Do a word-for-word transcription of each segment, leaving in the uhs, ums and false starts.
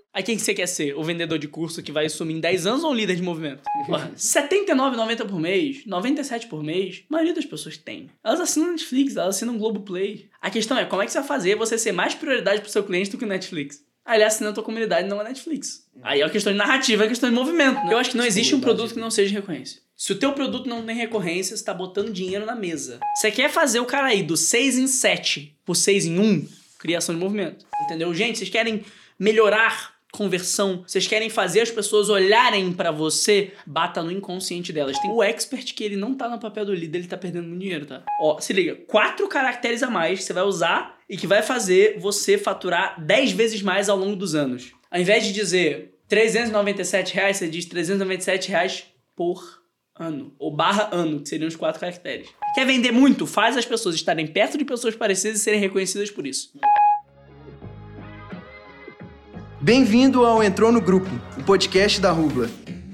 Aí quem que você quer ser? O vendedor de curso que vai sumir em dez anos ou um líder de movimento? Porra, setenta e nove reais e noventa centavos por mês, noventa e sete reais por mês, a maioria das pessoas tem. Elas assinam Netflix, elas assinam Globoplay. A questão é, como é que você vai fazer você ser mais prioridade pro seu cliente do que o Netflix? Aí ele assina a tua comunidade e não a Netflix. Aí é uma questão de narrativa, é uma questão de movimento. Né? Eu acho que não existe um produto que não seja recorrência. Se o teu produto não tem recorrência, você tá botando dinheiro na mesa. Você quer fazer o cara aí do seis em sete por seis em um, criação de movimento. Entendeu? Gente, vocês querem melhorar conversão, vocês querem fazer as pessoas olharem pra você, bata no inconsciente delas. Tem o expert que ele não tá no papel do líder, ele tá perdendo muito dinheiro, tá? Ó, se liga, quatro caracteres a mais que você vai usar e que vai fazer você faturar dez vezes mais ao longo dos anos. Ao invés de dizer trezentos e noventa e sete reais, você diz trezentos e noventa e sete reais por ano, ou barra ano, que seriam os quatro caracteres. Quer vender muito? Faz as pessoas estarem perto de pessoas parecidas e serem reconhecidas por isso. Bem-vindo ao Entrou no Grupo, o podcast da Rubla.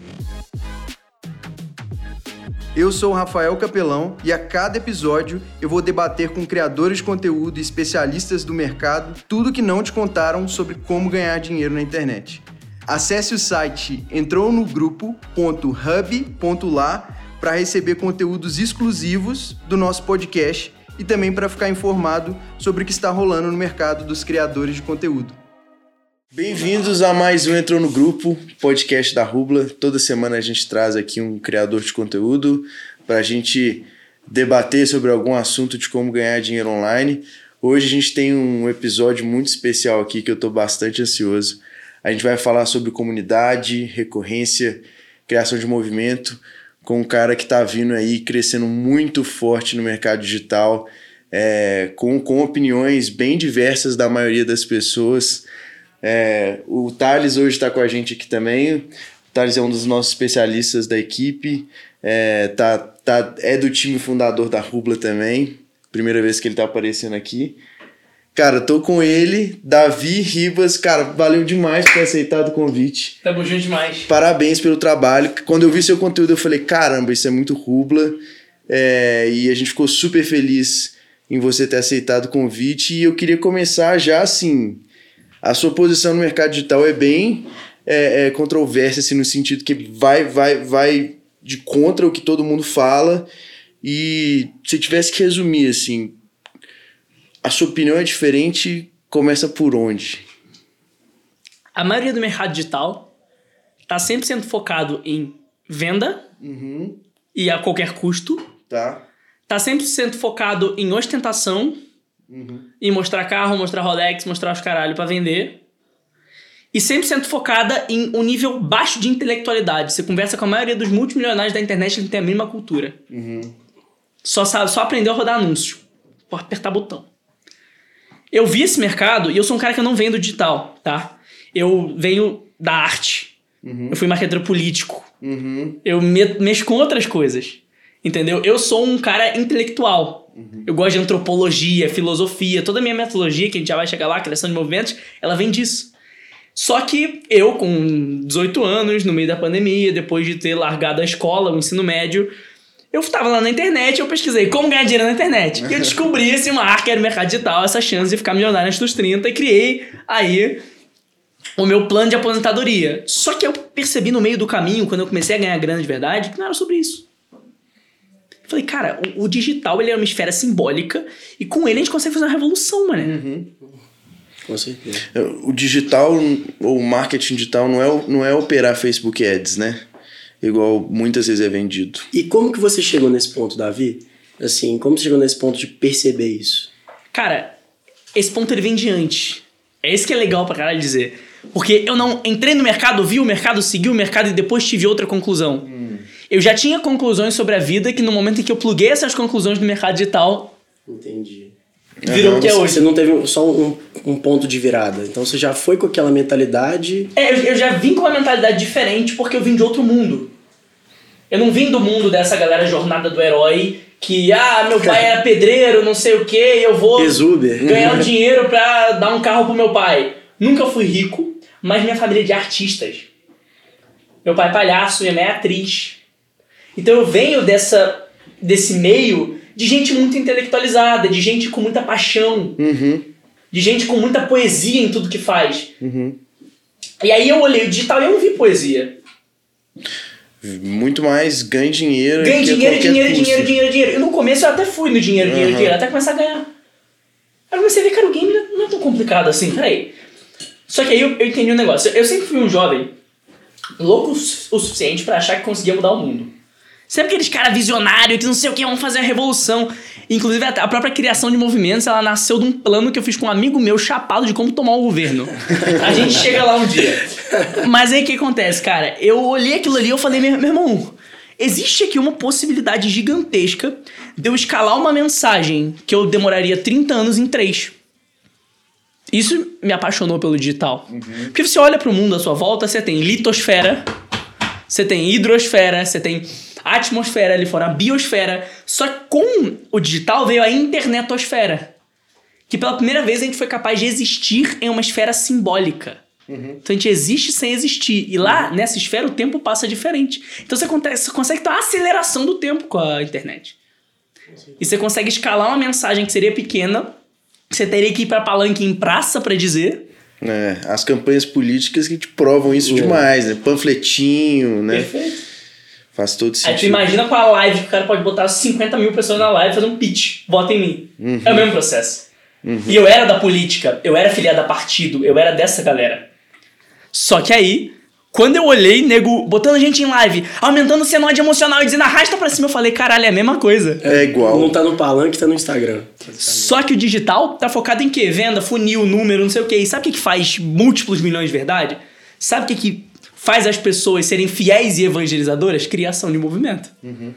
Eu sou o Rafael Capelão e a cada episódio eu vou debater com criadores de conteúdo e especialistas do mercado tudo que não te contaram sobre como ganhar dinheiro na internet. Acesse o site entrou no grupo ponto hub ponto lá para receber conteúdos exclusivos do nosso podcast e também para ficar informado sobre o que está rolando no mercado dos criadores de conteúdo. Bem-vindos a mais um Entrou no Grupo, podcast da Rubla. Toda semana a gente traz aqui um criador de conteúdo para a gente debater sobre algum assunto de como ganhar dinheiro online. Hoje a gente tem um episódio muito especial aqui que eu estou bastante ansioso. A gente vai falar sobre comunidade, recorrência, criação de movimento, com um cara que está vindo aí crescendo muito forte no mercado digital, é, com, com opiniões bem diversas da maioria das pessoas. É, o Thales hoje está com a gente aqui também. O Thales é um dos nossos especialistas da equipe, é, tá, tá, é do time fundador da Rubla também, primeira vez que ele está aparecendo aqui. Cara, tô com ele, Davi Ribas. Cara, valeu demais por ter aceitado o convite. Tamo junto demais. Parabéns pelo trabalho. Quando eu vi seu conteúdo eu falei, caramba, isso é muito Rubla, é, e a gente ficou super feliz em você ter aceitado o convite. E eu queria começar já assim... A sua posição no mercado digital é bem é, é, controversa, assim, no sentido que vai, vai, vai de contra o que todo mundo fala. E se tivesse que resumir, assim, a sua opinião é diferente, começa por onde? A maioria do mercado digital está cem por cento focado em venda uhum. e a qualquer custo. Tá. Está cem por cento focado em ostentação. Uhum. E mostrar carro, mostrar Rolex, mostrar os caralho pra vender. E cem por cento focada em um nível baixo de intelectualidade. Você conversa com a maioria dos multimilionários da internet que não tem a mínima cultura. Uhum. Só sabe, só aprendeu a rodar anúncio. Pode apertar botão. Eu vi esse mercado e eu sou um cara que eu não venho do digital, tá? Eu venho da arte. Uhum. Eu fui marqueteiro político. Uhum. Eu me, mexo com outras coisas. Entendeu? Eu sou um cara intelectual. Uhum. Eu gosto de antropologia, filosofia, toda a minha metodologia, que a gente já vai chegar lá, criação de movimentos, ela vem disso. Só que eu, com dezoito anos, no meio da pandemia, depois de ter largado a escola, o ensino médio, eu tava lá na internet, eu pesquisei como ganhar dinheiro na internet. E eu descobri esse marca, era o mercado digital, essa chance de ficar milionário antes dos trinta, e criei aí o meu plano de aposentadoria. Só que eu percebi no meio do caminho, quando eu comecei a ganhar grana de verdade, que não era sobre isso. Falei, cara, o, o digital ele é uma esfera simbólica e com ele a gente consegue fazer uma revolução, mano. Uhum. Com certeza. O digital, ou o marketing digital, não é, não é operar Facebook Ads, né? Igual muitas vezes é vendido. E como que você chegou nesse ponto, Davi? Assim, como você chegou nesse ponto de perceber isso? Cara, esse ponto ele vem de antes. É isso que é legal pra caralho dizer. Porque eu não entrei no mercado, vi o mercado, segui o mercado e depois tive outra conclusão. Hum. Eu já tinha conclusões sobre a vida que no momento em que eu pluguei essas conclusões no mercado digital... Entendi. Virou o que é hoje. Você não teve só um, um ponto de virada. Então você já foi com aquela mentalidade... É, eu, eu já vim com uma mentalidade diferente porque eu vim de outro mundo. Eu não vim do mundo dessa galera jornada do herói que, ah, meu pai era pedreiro, não sei o que, eu vou Exuber. ganhar um dinheiro pra dar um carro pro meu pai. Nunca fui rico, mas minha família é de artistas. Meu pai é palhaço, minha mãe é atriz. Então eu venho dessa, desse meio de gente muito intelectualizada, de gente com muita paixão, uhum. de gente com muita poesia em tudo que faz. Uhum. E aí eu olhei o digital e eu não vi poesia. Muito mais ganhe dinheiro. Ganhe dinheiro, dinheiro, custo. dinheiro, dinheiro, dinheiro. E no começo eu até fui no dinheiro, dinheiro, Uhum. dinheiro, até começar a ganhar. Aí eu comecei a ver, cara, o game não é tão complicado assim, peraí. Só que aí eu, eu entendi um negócio. Eu sempre fui um jovem louco o suficiente pra achar que conseguia mudar o mundo. Sempre aqueles caras visionários que não sei o que, vão fazer a revolução. Inclusive, a própria criação de movimentos, ela nasceu de um plano que eu fiz com um amigo meu chapado de como tomar o governo. A gente chega lá um dia. Mas aí o que acontece, cara? Eu olhei aquilo ali e eu falei, meu, meu irmão, existe aqui uma possibilidade gigantesca de eu escalar uma mensagem que eu demoraria trinta anos em três. Isso me apaixonou pelo digital. Uhum. Porque você olha pro mundo à sua volta, você tem litosfera, você tem hidrosfera, você tem atmosfera ali fora, a biosfera. Só que com o digital veio a internetosfera. Que pela primeira vez a gente foi capaz de existir em uma esfera simbólica. Uhum. Então a gente existe sem existir. E lá, uhum. nessa esfera, o tempo passa diferente. Então você, você consegue ter uma aceleração do tempo com a internet. Sim. E você consegue escalar uma mensagem que seria pequena, que você teria que ir pra palanque em praça pra dizer. É, as campanhas políticas que te provam isso uhum. demais, né? Panfletinho, né? Perfeito. Faz todo sentido. Aí tu imagina com a live que o cara pode botar cinquenta mil pessoas na live e fazer um pitch. Vota em mim. Uhum. É o mesmo processo. Uhum. E eu era da política, eu era filiado a partido, eu era dessa galera. Só que aí, quando eu olhei, nego, botando gente em live, aumentando o senoide emocional e dizendo arrasta pra cima, eu falei, caralho, é a mesma coisa. É igual. Não tá no palanque, tá no Instagram. Só que o digital tá focado em quê? Venda, funil, número, não sei o quê. E sabe o que que faz múltiplos milhões de verdade? Sabe o que que faz as pessoas serem fiéis e evangelizadoras? Criação de movimento. Uhum.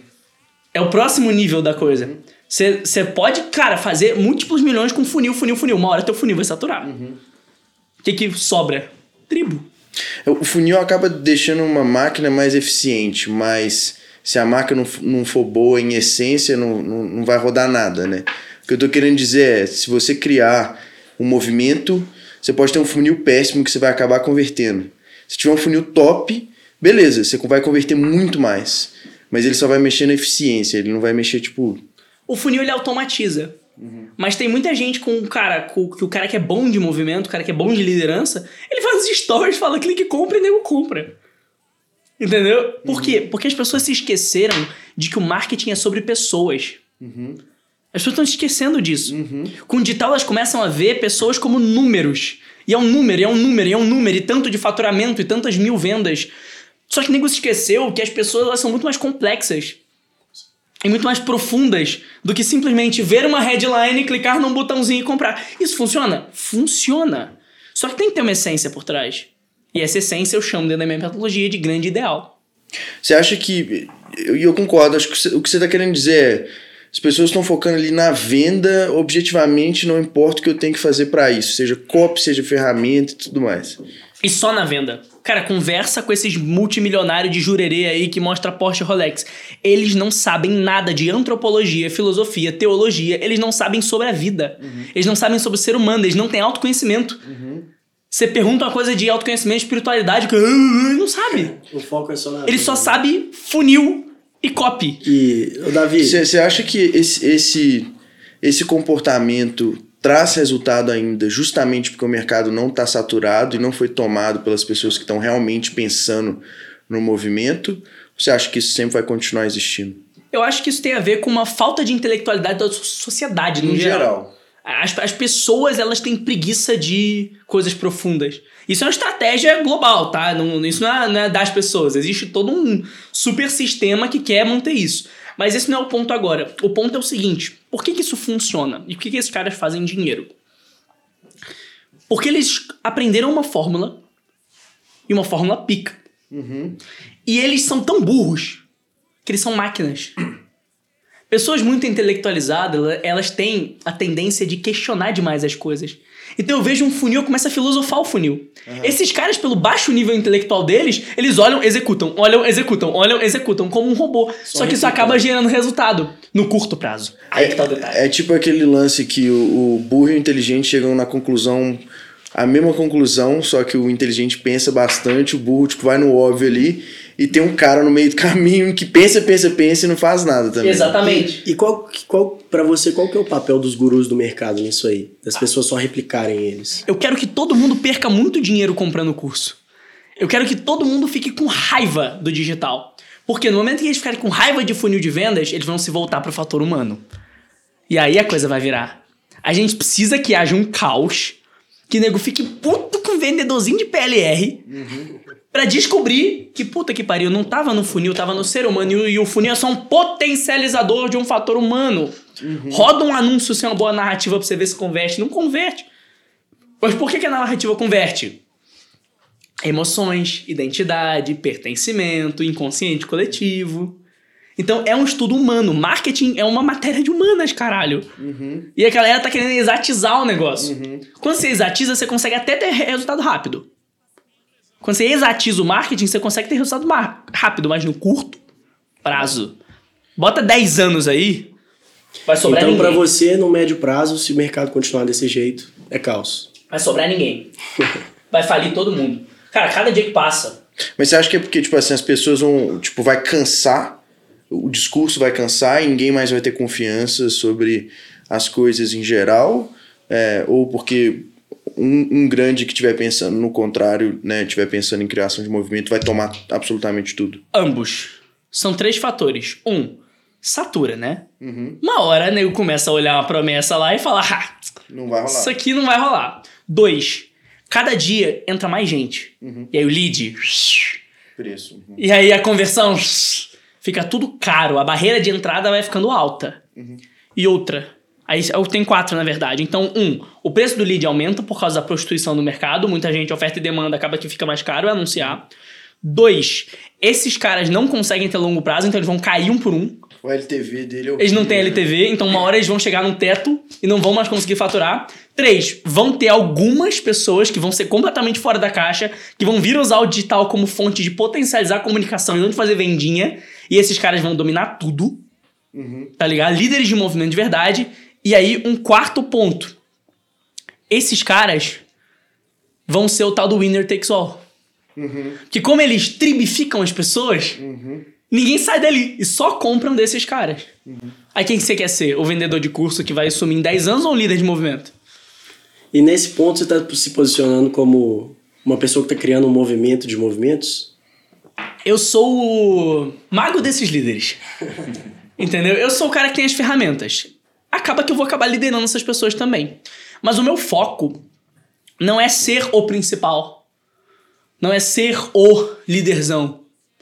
É o próximo nível da coisa. Você uhum. pode, cara, fazer múltiplos milhões com funil, funil, funil. Uma hora teu funil vai saturar. O uhum. que que sobra? Tribo. O funil acaba deixando uma máquina mais eficiente, mas se a máquina não, não for boa em essência, não, não, não vai rodar nada, né? O que eu tô querendo dizer é, se você criar um movimento, você pode ter um funil péssimo que você vai acabar convertendo. Se tiver um funil top, beleza, você vai converter muito mais. Mas ele só vai mexer na eficiência, ele não vai mexer, tipo... O funil, ele automatiza. Uhum. Mas tem muita gente com, cara, com que o cara que é bom de movimento, o cara que é bom de liderança, ele faz os stories, fala clique, compra e nego compra. Entendeu? Por uhum. quê? Porque as pessoas se esqueceram de que o marketing é sobre pessoas. Uhum. As pessoas estão esquecendo disso. Uhum. Com o digital, elas começam a ver pessoas como números. E é um número, e é um número, e é um número, e tanto de faturamento, e tantas mil vendas. Só que o nego se esqueceu que as pessoas elas são muito mais complexas. E muito mais profundas do que simplesmente ver uma headline, clicar num botãozinho e comprar. Isso funciona? Funciona. Só que tem que ter uma essência por trás. E essa essência eu chamo dentro da minha metodologia de grande ideal. Você acha que... E eu, eu concordo, acho que o que você está querendo dizer é... As pessoas estão focando ali na venda, objetivamente não importa o que eu tenho que fazer para isso. Seja copy, seja ferramenta e tudo mais. E só na venda. Cara, conversa com esses multimilionários de jurerê aí que mostra Porsche e Rolex. Eles não sabem nada de antropologia, filosofia, teologia. Eles não sabem sobre a vida. Uhum. Eles não sabem sobre o ser humano. Eles não têm autoconhecimento. Uhum. Você pergunta uma coisa de autoconhecimento, espiritualidade, que ele não sabe. O foco é só na Ele vida. só sabe funil e copy. E, ô Davi... Você acha que esse, esse, esse comportamento traz resultado ainda justamente porque o mercado não está saturado e não foi tomado pelas pessoas que estão realmente pensando no movimento? Ou você acha que isso sempre vai continuar existindo? Eu acho que isso tem a ver com uma falta de intelectualidade da sociedade, no em geral. geral. As, as pessoas, elas têm preguiça de coisas profundas. Isso é uma estratégia global, tá? Não, isso não é, não é das pessoas. Existe todo um super sistema que quer manter isso. Mas esse não é o ponto agora. O ponto é o seguinte. Por que que isso funciona? E por que que esses caras fazem dinheiro? Porque eles aprenderam uma fórmula. E uma fórmula pica. Uhum. E eles são tão burros que eles são máquinas. Pessoas muito intelectualizadas, elas têm a tendência de questionar demais as coisas. Então eu vejo um funil, eu começo a filosofar o funil. Uhum. Esses caras, pelo baixo nível intelectual deles, eles olham, executam, olham, executam, olham, executam, como um robô. Só, Só que isso acaba gerando resultado no curto prazo. Aí é, que tá o detalhe. É tipo aquele lance que o, o burro e o inteligente chegam na conclusão, a mesma conclusão, só que o inteligente pensa bastante, o burro tipo, vai no óbvio ali, e tem um cara no meio do caminho que pensa, pensa, pensa e não faz nada também. Exatamente. E, e qual, qual, pra você, qual que é o papel dos gurus do mercado nisso aí? Das pessoas só replicarem eles? Eu quero que todo mundo perca muito dinheiro comprando o curso. Eu quero que todo mundo fique com raiva do digital. Porque no momento que eles ficarem com raiva de funil de vendas, eles vão se voltar pro fator humano. E aí a coisa vai virar. A gente precisa que haja um caos, que o nego fique puto com o vendedorzinho de P L R, uhum. pra descobrir que, puta que pariu, não tava no funil, tava no ser humano, e, e o funil é só um potencializador de um fator humano. Uhum. Roda um anúncio sem uma boa narrativa pra você ver se converte. Não converte. Mas por que, que a narrativa converte? Emoções, identidade, pertencimento, inconsciente coletivo. Então é um estudo humano. Marketing é uma matéria de humanas, caralho. Uhum. E a galera tá querendo exatizar o negócio. Uhum. Quando você exatiza, você consegue até ter resultado rápido. Quando você exatiza o marketing, você consegue ter resultado mar- rápido, mas no curto prazo. Bota dez anos aí, vai sobrar então, ninguém. Então, pra você, no médio prazo, se o mercado continuar desse jeito, é caos. Vai sobrar ninguém. Vai falir todo mundo. Cara, cada dia que passa... Mas você acha que é porque, tipo assim, as pessoas vão... Tipo, vai cansar, o discurso vai cansar e ninguém mais vai ter confiança sobre as coisas em geral? É, ou porque um, um grande que estiver pensando no contrário, né, estiver pensando em criação de movimento, vai tomar absolutamente tudo? Ambos. São três fatores. Um, satura, né? Uhum. Uma hora o nego começa a olhar uma promessa lá e falar, ah, não vai rolar. Isso aqui não vai rolar. Dois, cada dia entra mais gente. Uhum. E aí o lead... Preço. Uhum. E aí a conversão... Fica tudo caro. A barreira de entrada vai ficando alta. Uhum. E outra... Aí tem quatro, na verdade. Então, um, o preço do lead aumenta por causa da prostituição do mercado. Muita gente, oferta e demanda, acaba que fica mais caro anunciar. Dois, esses caras não conseguem ter longo prazo, então eles vão cair um por um. O L T V dele é o Eles não têm L T V, então uma hora eles vão chegar num teto e não vão mais conseguir faturar. Três, vão ter algumas pessoas que vão ser completamente fora da caixa, que vão vir usar o digital como fonte de potencializar a comunicação e não de fazer vendinha. E esses caras vão dominar tudo, uhum. Tá ligado? Líderes de movimento de verdade. E aí, um quarto ponto. Esses caras vão ser o tal do winner takes all. Uhum. Que como eles tribificam as pessoas... Uhum. Ninguém sai dali e só compram desses caras. Uhum. Aí quem você quer ser? O vendedor de curso que vai sumir em dez anos ou um líder de movimento? E nesse ponto você está se posicionando como uma pessoa que está criando um movimento de movimentos? Eu sou o mago desses líderes. Entendeu? Eu sou o cara que tem as ferramentas. Acaba que eu vou acabar liderando essas pessoas também. Mas o meu foco não é ser o principal. Não é ser o líderzão.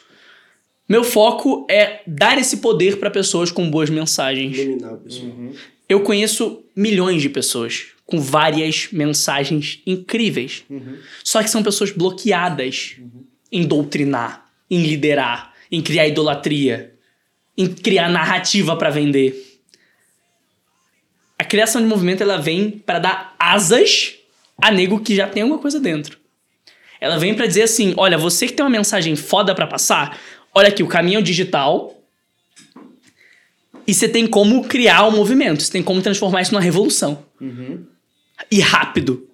Meu foco é dar esse poder para pessoas com boas mensagens. Dominar a pessoa. Uhum. Eu conheço milhões de pessoas com várias mensagens incríveis. Uhum. Só que são pessoas bloqueadas uhum. em doutrinar, em liderar, em criar idolatria, em criar narrativa para vender. A criação de movimento ela vem para dar asas a nego que já tem alguma coisa dentro. Ela vem para dizer assim, olha, você que tem uma mensagem foda para passar... Olha aqui, o caminho é o digital e você tem como criar um movimento. Você tem como transformar isso numa revolução. Uhum. E rápido.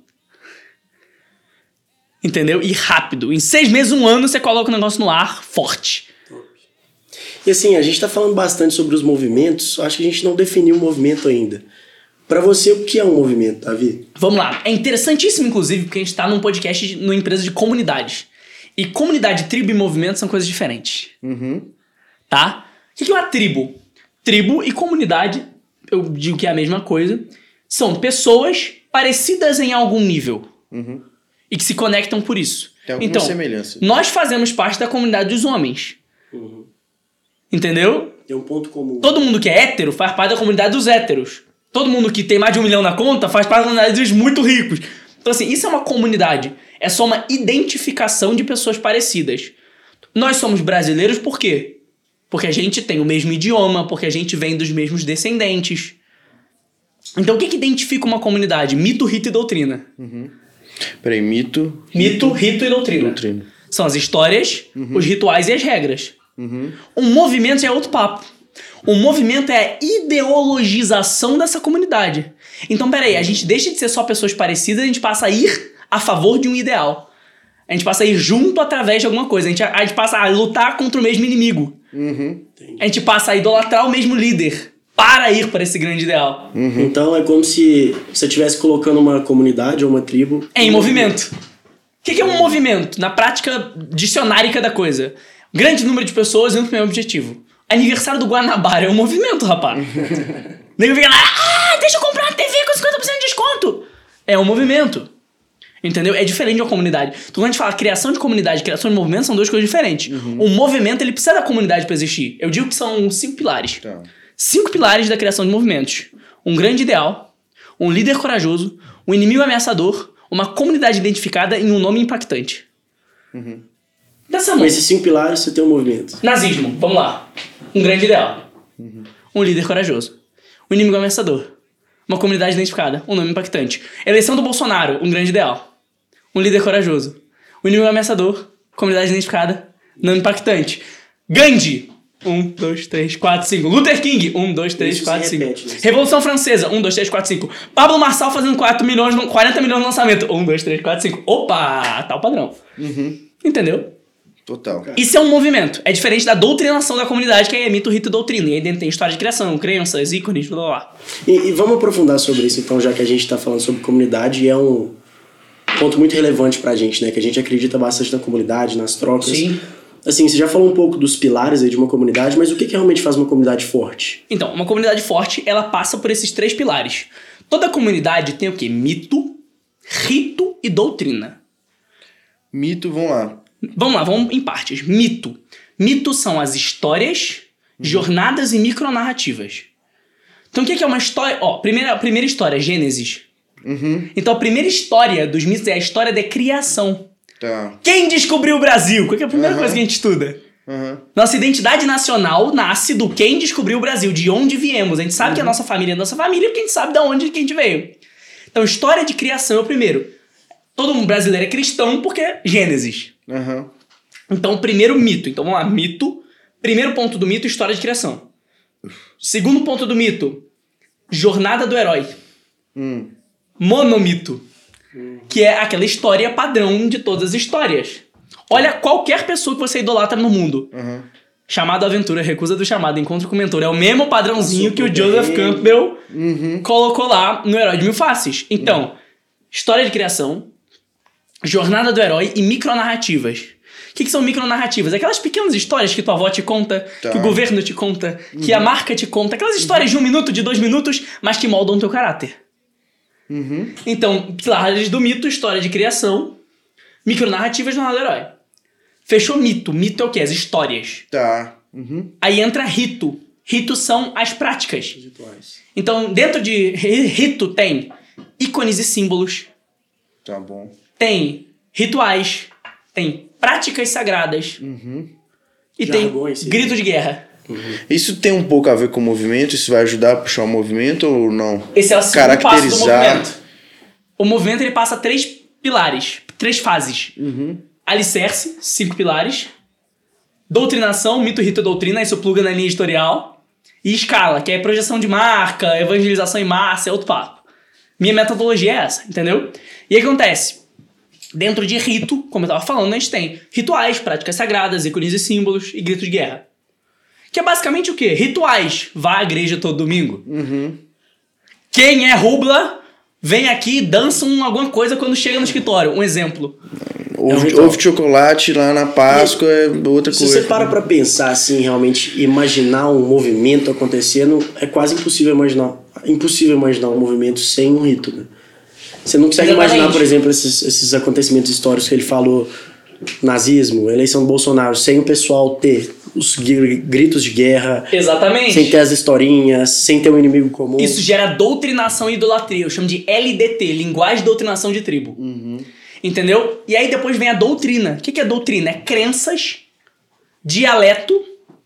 Entendeu? E rápido. Em seis meses, um ano, você coloca o negócio no ar forte. E assim, a gente tá falando bastante sobre os movimentos. Acho que a gente não definiu o movimento ainda. Pra você, o que é um movimento, Davi? Vamos lá. É interessantíssimo, inclusive, porque a gente tá num podcast, de, numa empresa de comunidades. E comunidade, tribo e movimento são coisas diferentes. Uhum. Tá? O que é uma tribo? Tribo e comunidade, eu digo que é a mesma coisa, são pessoas parecidas em algum nível. Uhum. E que se conectam por isso. Tem alguma então, semelhança. Nós fazemos parte da comunidade dos homens. Uhum. Entendeu? Tem um ponto comum. Todo mundo que é hétero faz parte da comunidade dos héteros. Todo mundo que tem mais de um milhão na conta faz parte da comunidade dos muito ricos. Então assim, isso é uma comunidade. É só uma identificação de pessoas parecidas. Nós somos brasileiros por quê? Porque a gente tem o mesmo idioma, porque a gente vem dos mesmos descendentes. Então o que que identifica uma comunidade? Mito, rito e doutrina. Uhum. Peraí, mito... Mito, rito e doutrina. doutrina. São as histórias, uhum. os rituais e as regras. Uhum. Um movimento é outro papo. Um movimento é a ideologização dessa comunidade. Então, peraí, a gente deixa de ser só pessoas parecidas, a gente passa a ir a favor de um ideal. A gente passa a ir junto através de alguma coisa. A gente, a gente passa a lutar contra o mesmo inimigo. Uhum. A gente passa a idolatrar o mesmo líder para ir para esse grande ideal. Uhum. Então é como se você estivesse colocando uma comunidade ou uma tribo... Em movimento. que, que é um movimento? Na prática dicionárica da coisa. Grande número de pessoas indo pro mesmo objetivo. Aniversário do Guanabara é um movimento, rapaz. Nego fica lá, ah, deixa eu comprar uma T V com cinquenta por cento de desconto. É um movimento. Entendeu? É diferente de uma comunidade. Então, quando a gente fala criação de comunidade e criação de movimento, são duas coisas diferentes. Uhum. Um movimento, ele precisa da comunidade pra existir. Eu digo que são cinco pilares. Tá. Cinco pilares da criação de movimentos. Um grande ideal, um líder corajoso, um inimigo ameaçador, uma comunidade identificada e um nome impactante. Uhum. Com esses cinco pilares, você tem um movimento. Nazismo, vamos lá. Um grande ideal. Uhum. Um líder corajoso. Um inimigo ameaçador. Uma comunidade identificada. Um nome impactante. Eleição do Bolsonaro, um grande ideal. Um líder corajoso. Um inimigo ameaçador. Comunidade identificada. Nome impactante. Gandhi. Um, dois, três, quatro, cinco. Luther King. Um, dois, três, Isso quatro, cinco. repete, Revolução Francesa. Um, dois, três, quatro, cinco. Pablo Marçal fazendo quatro milhões, quarenta milhões de lançamento. Um, dois, três, quatro, cinco. Opa! Tá o padrão. Uhum. Entendeu? Total. Isso é um movimento. É diferente da doutrinação da comunidade, que é mito, rito e doutrina. E aí dentro tem história de criação, crenças, ícones, blá blá blá. E, e vamos aprofundar sobre isso, então, já que a gente tá falando sobre comunidade, e é um ponto muito relevante pra gente, né? Que a gente acredita bastante na comunidade, nas trocas. Sim. Assim, você já falou um pouco dos pilares aí de uma comunidade, mas o que, que realmente faz uma comunidade forte? Então, uma comunidade forte, ela passa por esses três pilares. Toda comunidade tem o quê? Mito, rito e doutrina. Mito, vamos lá. Vamos lá, vamos em partes. Mito. Mito são as histórias, uhum. jornadas e micronarrativas. Então, o que é uma história? Ó, primeira, primeira história, Gênesis. Uhum. Então, a primeira história dos mitos é a história da criação. Tá. Quem descobriu o Brasil? Qual que é a primeira uhum. coisa que a gente estuda? Uhum. Nossa identidade nacional nasce do quem descobriu o Brasil, de onde viemos. A gente sabe uhum. que a nossa família é a nossa família, porque a gente sabe de onde que a gente veio. Então, história de criação é o primeiro. Todo mundo brasileiro é cristão porque é Gênesis. Uhum. Então, primeiro mito. Então, vamos lá. Mito. Primeiro ponto do mito, história de criação. Segundo ponto do mito, jornada do herói. Hum. Monomito. Hum. Que é aquela história padrão de todas as histórias. Olha qualquer pessoa que você idolatra no mundo. Uhum. Chamado aventura, recusa do chamado, encontro com o mentor. É o mesmo padrãozinho Super que o Joseph bem. Campbell uhum. colocou lá no Herói de Mil Faces. Então, uhum. história de criação, jornada do herói e micronarrativas. O que, que são micronarrativas? Aquelas pequenas histórias que tua avó te conta, tá. que o governo te conta, uhum. que a marca te conta. Aquelas histórias uhum. de um minuto, de dois minutos, mas que moldam teu caráter. Uhum. Então, pilares do mito, história de criação, micronarrativas, jornada do herói. Fechou mito. Mito é o quê? As histórias. Tá. Uhum. Aí entra rito. Rito são as práticas. Rituais. Então, dentro de rito tem ícones e símbolos. Tá bom. Tem rituais. Tem práticas sagradas. Uhum. E Jargões, tem grito de guerra. Uhum. Isso tem um pouco a ver com o movimento? Isso vai ajudar a puxar o movimento ou não? Esse é o segundo passo do Caracterizar. movimento. O movimento ele passa três pilares. Três fases. Uhum. Alicerce, cinco pilares. Doutrinação, mito, rito e doutrina. Isso pluga na linha editorial. E escala, que é projeção de marca, evangelização em massa, é outro papo. Minha metodologia é essa, entendeu? E aí o que acontece? Dentro de rito, como eu tava falando, a gente tem rituais, práticas sagradas, ícones e símbolos e grito de guerra. Que é basicamente o quê? Rituais. Vá à igreja todo domingo. Uhum. Quem é rubla, vem aqui e dança um, alguma coisa quando chega no escritório. Um exemplo. Ovo, é um ovo de chocolate lá na Páscoa e, é outra se coisa. Se você para pra pensar assim, realmente, imaginar um movimento acontecendo, é quase impossível imaginar, impossível imaginar um movimento sem um rito, né? Você não consegue Exatamente. imaginar, por exemplo, esses, esses acontecimentos históricos que ele falou, nazismo, eleição do Bolsonaro, sem o pessoal ter os gritos de guerra. Exatamente. Sem ter as historinhas, sem ter um inimigo comum. Isso gera doutrinação e idolatria. Eu chamo de L D T, linguagem de doutrinação de tribo. Uhum. Entendeu? E aí depois vem a doutrina. O que é doutrina? É crenças, dialeto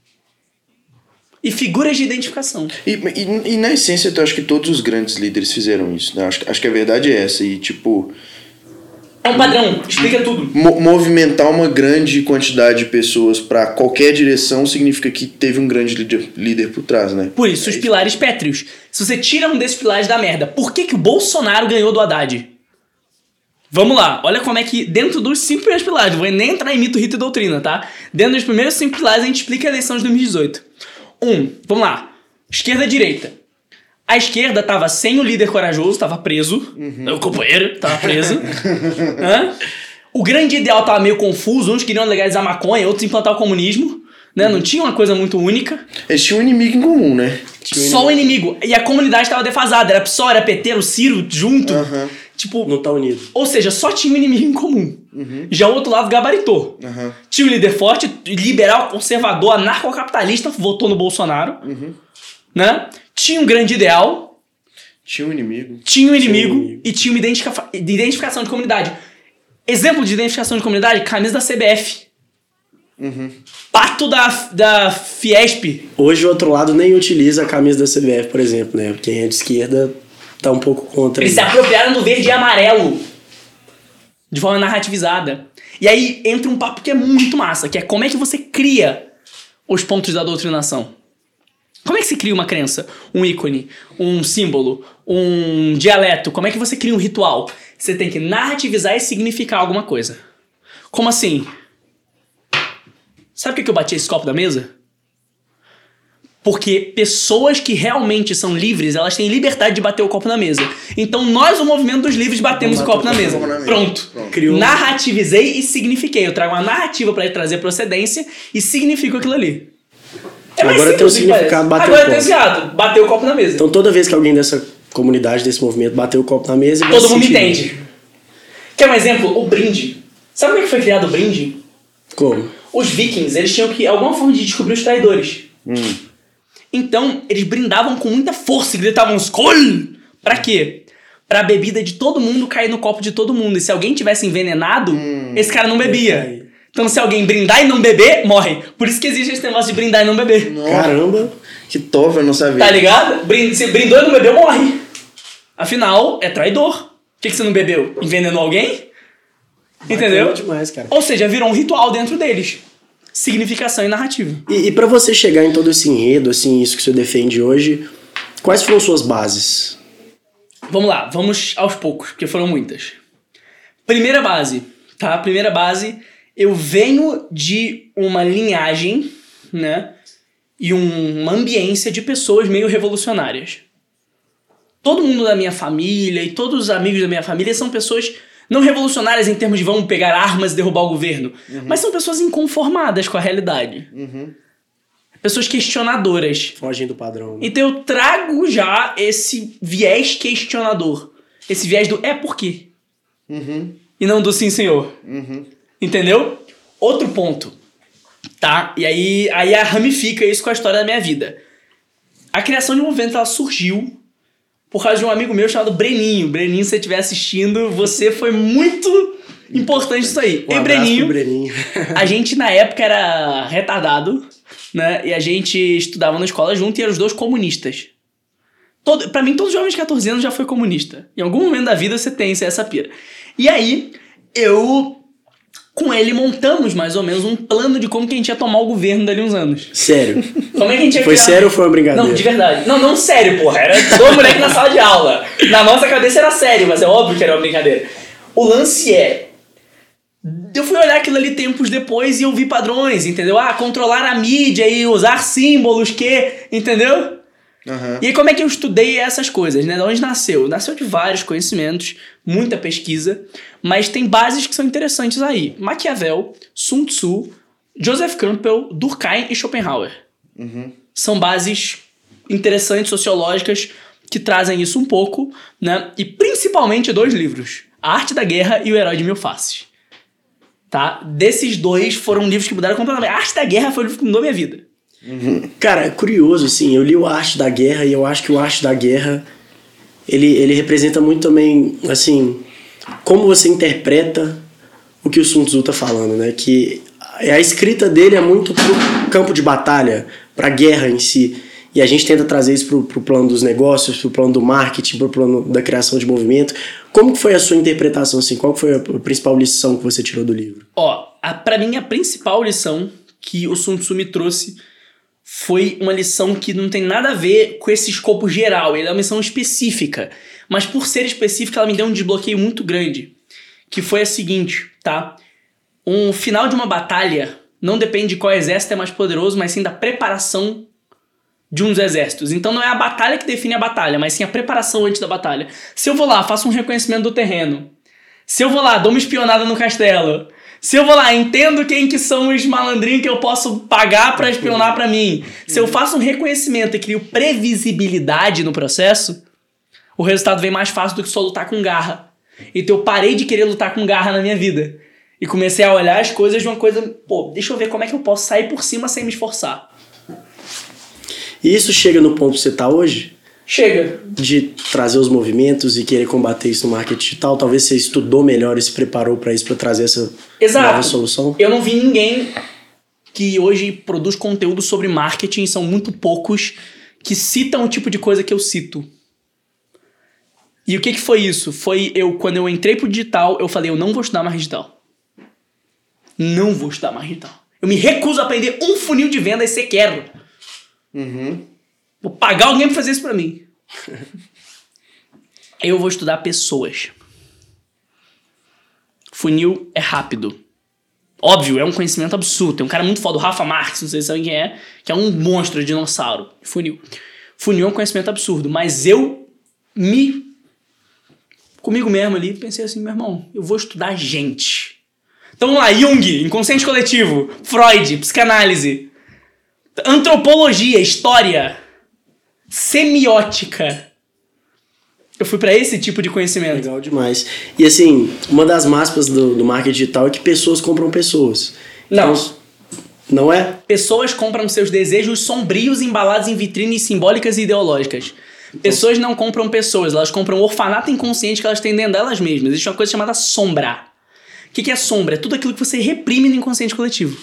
e figuras de identificação. E, e, e na essência, eu acho que todos os grandes líderes fizeram isso, né? Acho, acho que a verdade é essa. E tipo... É um padrão, explica tudo. Mo- movimentar uma grande quantidade de pessoas para qualquer direção significa que teve um grande líder, líder por trás, né? Por isso, os pilares pétreos. Se você tira um desses pilares da merda, por que, que o Bolsonaro ganhou do Haddad? Vamos lá, olha como é que dentro dos cinco primeiros pilares, não vou nem entrar em mito, rito e doutrina, tá? Dentro dos primeiros cinco pilares a gente explica a eleição de dois mil e dezoito. Um, vamos lá, esquerda e direita. A esquerda tava sem o líder corajoso, tava preso. Uhum. O companheiro tava preso. Hã? O grande ideal tava meio confuso, uns queriam legalizar a maconha, outros implantar o comunismo, né? Não tinha uma coisa muito única. Eles tinham um inimigo em comum, né? Tinha Só o inimigo. inimigo. E a comunidade tava defasada. Era P SOL, era P T, era o Ciro junto. Uhum. Tipo... Não tá unido. Ou seja, só tinha um inimigo em comum. Uhum. Já o outro lado gabaritou. Uhum. Tinha um líder forte, liberal, conservador, anarcocapitalista, votou no Bolsonaro. Uhum. Né? Tinha um grande ideal. Tinha um inimigo. Tinha um inimigo. Tinha um inimigo. E tinha uma identifica- identificação de comunidade. Exemplo de identificação de comunidade, camisa da C B F. Uhum. Pato da, da Fiesp. Hoje o outro lado nem utiliza a camisa da C B F, por exemplo, né? Quem é de esquerda tá um pouco contra. Eles se apropriaram do verde e amarelo. De forma narrativizada. E aí entra um papo que é muito massa, que é como é que você cria os pontos da doutrinação. Como é que se cria uma crença? Um ícone, um símbolo, um dialeto. Como é que você cria um ritual? Você tem que narrativizar e significar alguma coisa. Como assim? Sabe por que eu bati esse copo da mesa? Porque pessoas que realmente são livres, elas têm liberdade de bater o copo na mesa. Então nós, o movimento dos livres, batemos o copo na mesa. na mesa. Pronto. Pronto. Criou. Narrativizei e signifiquei. Eu trago uma narrativa pra trazer procedência e significo aquilo ali. É mais Agora tem o simples do que significado parece. bater o Agora tem o copo. significado. Bater o copo na mesa. Então toda vez que alguém dessa comunidade, desse movimento, bater o copo na mesa... ele Todo vai se mundo sentir entende. bem. Quer um exemplo? O brinde. Sabe como é que foi criado o brinde? Como? Os vikings, eles tinham que alguma forma de descobrir os traidores. Hum. Então, eles brindavam com muita força e gritavam Skol! Pra quê? Pra bebida de todo mundo cair no copo de todo mundo. E se alguém tivesse envenenado, Hum. esse cara não Vai bebia. cair. Então, se alguém brindar e não beber, morre. Por isso que existe esse negócio de brindar e não beber. Nossa, Caramba! que top, eu não sabia. Tá ligado? Brin- Se brindou e não bebeu, morre. Afinal, é traidor. Por que, que você não bebeu? Envenenou alguém? Entendeu? Bacana demais, cara. Ou seja, virou um ritual dentro deles. Significação e narrativa. E, e para você chegar em todo esse enredo, assim, isso que você defende hoje, quais foram suas bases? Vamos lá, vamos aos poucos, porque foram muitas. Primeira base, tá? Primeira base, eu venho de uma linhagem, né? E um- uma ambiência de pessoas meio revolucionárias. Todo mundo da minha família e todos os amigos da minha família são pessoas não revolucionárias em termos de vamos pegar armas e derrubar o governo, mas são pessoas inconformadas com a realidade. Uhum. Pessoas questionadoras. Fogem do padrão. Então eu trago já esse viés questionador. Esse viés do é por quê? Uhum. E não do sim, senhor. Uhum. Entendeu? Outro ponto. Tá? E aí, aí ramifica isso com a história da minha vida. A criação de um movimento, ela surgiu por causa de um amigo meu chamado Breninho. Breninho, se você estiver assistindo, você foi muito importante isso aí. Um e abraço Breninho, pro Breninho. a gente na época era retardado, né? E a gente estudava na escola junto e eram os dois comunistas. Todo, pra mim, todo jovem de catorze anos já foi comunista. Em algum momento da vida você tem essa pira. E aí, eu, com ele, montamos mais ou menos um plano de como que a gente ia tomar o governo dali uns anos. Sério. Como é que a gente ia Foi criar- sério ou foi uma brincadeira? Não, de verdade. Não, não sério, porra. Era dois moleques na sala de aula. Na nossa cabeça era sério, mas é óbvio que era uma brincadeira. O lance é... Eu fui olhar aquilo ali tempos depois e eu vi padrões, entendeu? Ah, controlar a mídia e usar símbolos que... Entendeu? Uhum. E aí como é que eu estudei essas coisas, né? De onde nasceu? Nasceu de vários conhecimentos, muita pesquisa, mas tem bases que são interessantes aí. Maquiavel, Sun Tzu, Joseph Campbell, Durkheim e Schopenhauer. Uhum. São bases interessantes, sociológicas, que trazem isso um pouco, né? E principalmente dois livros, A Arte da Guerra e O Herói de Mil Faces. Tá? Desses dois foram livros que mudaram completamente. A Arte da Guerra foi o livro que mudou minha vida. Cara, é curioso, assim, eu li o Arte da Guerra e eu acho que o Arte da Guerra, ele, ele representa muito também, assim, como você interpreta o que o Sun Tzu tá falando, né? Que a escrita dele é muito pro campo de batalha, pra guerra em si. E a gente tenta trazer isso pro, pro plano dos negócios, pro plano do marketing, pro plano da criação de movimento. Como que foi a sua interpretação, assim? Qual que foi a principal lição que você tirou do livro? Ó, a, pra mim a principal lição que o Sun Tzu me trouxe foi uma lição que não tem nada a ver com esse escopo geral, ele é uma lição específica, mas por ser específica ela me deu um desbloqueio muito grande, que foi a seguinte, tá? Um final de uma batalha não depende de qual exército é mais poderoso, mas sim da preparação de uns exércitos. Então não é a batalha que define a batalha, mas sim a preparação antes da batalha. Se eu vou lá, faço um reconhecimento do terreno, Se eu vou lá, dou uma espionada no castelo. Se eu vou lá, entendo quem que são os malandrinhos que eu posso pagar pra espionar pra mim. Se eu faço um reconhecimento e crio previsibilidade no processo, o resultado vem mais fácil do que só lutar com garra. Então eu parei de querer lutar com garra na minha vida. E comecei a olhar as coisas de uma coisa... Pô, deixa eu ver como é que eu posso sair por cima sem me esforçar. E isso chega no ponto que você tá hoje? Chega. De trazer os movimentos e querer combater isso no marketing digital? Talvez você estudou melhor e se preparou para isso, para trazer essa Exato. nova solução? Eu não vi ninguém que hoje produz conteúdo sobre marketing, são muito poucos que citam o tipo de coisa que eu cito. E o que que foi isso? Foi eu, quando eu entrei pro digital, eu falei, eu não vou estudar mais digital. Não vou estudar mais digital. Eu me recuso a aprender um funil de venda e sequer. Uhum. Vou pagar alguém pra fazer isso pra mim. Eu vou estudar pessoas. Funil é rápido. Óbvio, é um conhecimento absurdo. Tem um cara muito foda, o Rafa Marques, não sei se sabem quem é, que é um monstro de dinossauro. Funil. Funil é um conhecimento absurdo. Mas eu me... Comigo mesmo ali, pensei assim, meu irmão, eu vou estudar gente. Então vamos lá, Jung, inconsciente coletivo, Freud, psicanálise, antropologia, história, semiótica. Eu fui pra esse tipo de conhecimento. Legal demais. E assim, uma das máximas do, do marketing digital é que pessoas compram pessoas. Não. Então, não é? Pessoas compram seus desejos sombrios embalados em vitrines simbólicas e ideológicas. Pessoas não compram pessoas, elas compram o orfanato inconsciente que elas têm dentro delas mesmas. Existe uma coisa chamada sombra. O que que é sombra? É tudo aquilo que você reprime no inconsciente coletivo.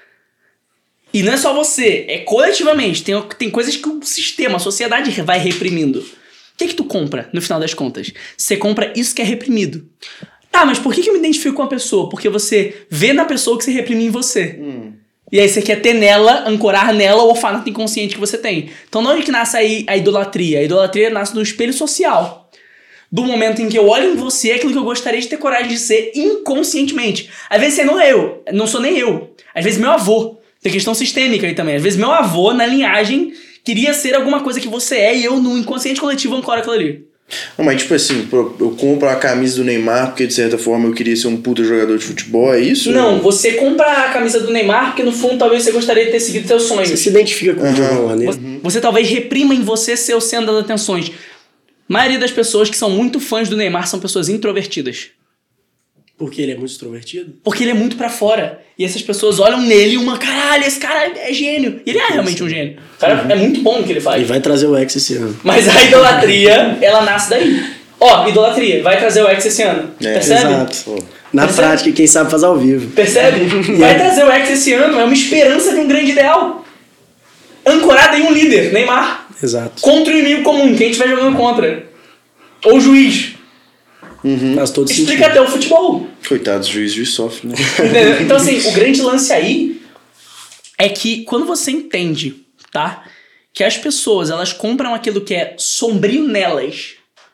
E não é só você, é coletivamente. Tem, tem coisas que o sistema, a sociedade vai reprimindo. O que que tu compra, no final das contas? Você compra isso que é reprimido. Tá, mas por que que eu me identifico com a pessoa? Porque você vê na pessoa o que você reprime em você. Hum. E aí você quer ter nela, ancorar nela o orfanato inconsciente que você tem. Então não é que nasce aí a idolatria. A idolatria nasce no espelho social. Do momento em que eu olho em você aquilo que eu gostaria de ter coragem de ser inconscientemente. Às vezes você não é eu, não sou nem eu. Às vezes meu avô. Tem questão sistêmica aí também. Às vezes meu avô, na linhagem, queria ser alguma coisa que você é e eu, no inconsciente coletivo, ancoro aquilo ali. Não, mas tipo assim, eu compro a camisa do Neymar porque de certa forma eu queria ser um puta jogador de futebol, é isso? Não, você compra a camisa do Neymar porque no fundo talvez você gostaria de ter seguido seus sonhos. Você se identifica com o de alguma maneira. Você, você talvez reprima em você ser o centro das atenções. A maioria das pessoas que são muito fãs do Neymar são pessoas introvertidas. Porque ele é muito extrovertido? Porque ele é muito pra fora. E essas pessoas olham nele uma, caralho, esse cara é gênio. E ele é realmente um gênio. O cara uhum. é muito bom no que ele faz. E vai trazer o X esse ano. Mas a idolatria, ela nasce daí. Ó, idolatria, vai trazer o X esse ano. É. Percebe? Exato. Na Percebe? Prática, quem sabe faz ao vivo. Percebe? Vai trazer o X esse ano, é uma esperança de um grande ideal. Ancorada em um líder, Neymar. Exato. Contra o inimigo comum, quem estiver jogando contra. Ou juiz. Uhum. Faz todo Explica sentido. até o futebol. Coitado, o juiz, juiz sofre, né? Entendeu? Então, assim, o grande lance aí é que quando você entende, tá? Que as pessoas, elas compram aquilo que é sombrio nelas,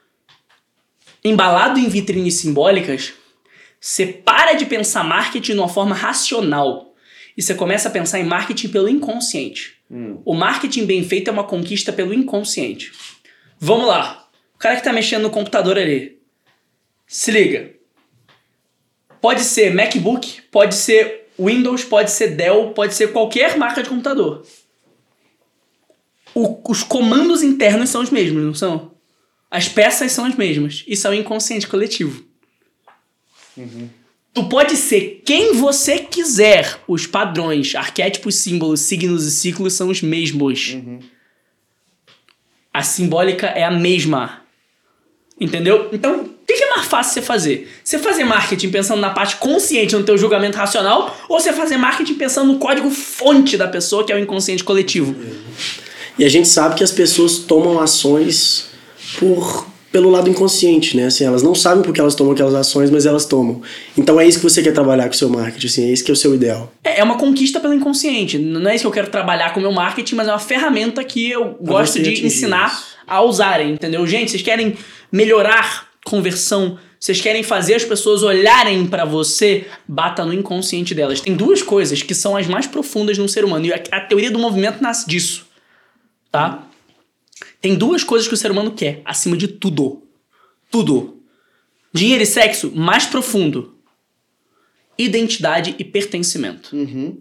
embalado em vitrines simbólicas, você para de pensar marketing de uma forma racional e você começa a pensar em marketing pelo inconsciente. Hum. O marketing bem feito é uma conquista pelo inconsciente. Vamos lá. O cara que tá mexendo no computador ali. Se liga. Pode ser MacBook, pode ser Windows, pode ser Dell, pode ser qualquer marca de computador. O, os comandos internos são os mesmos, não são? As peças são as mesmas. Isso é o inconsciente coletivo. Uhum. Tu pode ser quem você quiser. Os padrões, arquétipos, símbolos, signos e ciclos são os mesmos. Uhum. A simbólica é a mesma. Entendeu? Então, o que é mais fácil você fazer? Você fazer marketing pensando na parte consciente, no teu julgamento racional, ou você fazer marketing pensando no código fonte da pessoa, que é o inconsciente coletivo? E a gente sabe que as pessoas tomam ações por, pelo lado inconsciente, né? Assim, elas não sabem por que elas tomam aquelas ações, mas elas tomam. Então é isso que você quer trabalhar com o seu marketing, assim, é isso que é o seu ideal. É, é uma conquista pelo inconsciente. Não é isso que eu quero trabalhar com o meu marketing, mas é uma ferramenta que eu pra gosto de ensinar isso. a usarem, entendeu? Gente, vocês querem melhorar conversão, vocês querem fazer as pessoas olharem pra você, bata no inconsciente delas. Tem duas coisas que são as mais profundas no ser humano, e a, a teoria do movimento nasce disso, tá? Tem duas coisas que o ser humano quer, acima de tudo. Tudo. Dinheiro e sexo, mais profundo. Identidade e pertencimento. Uhum.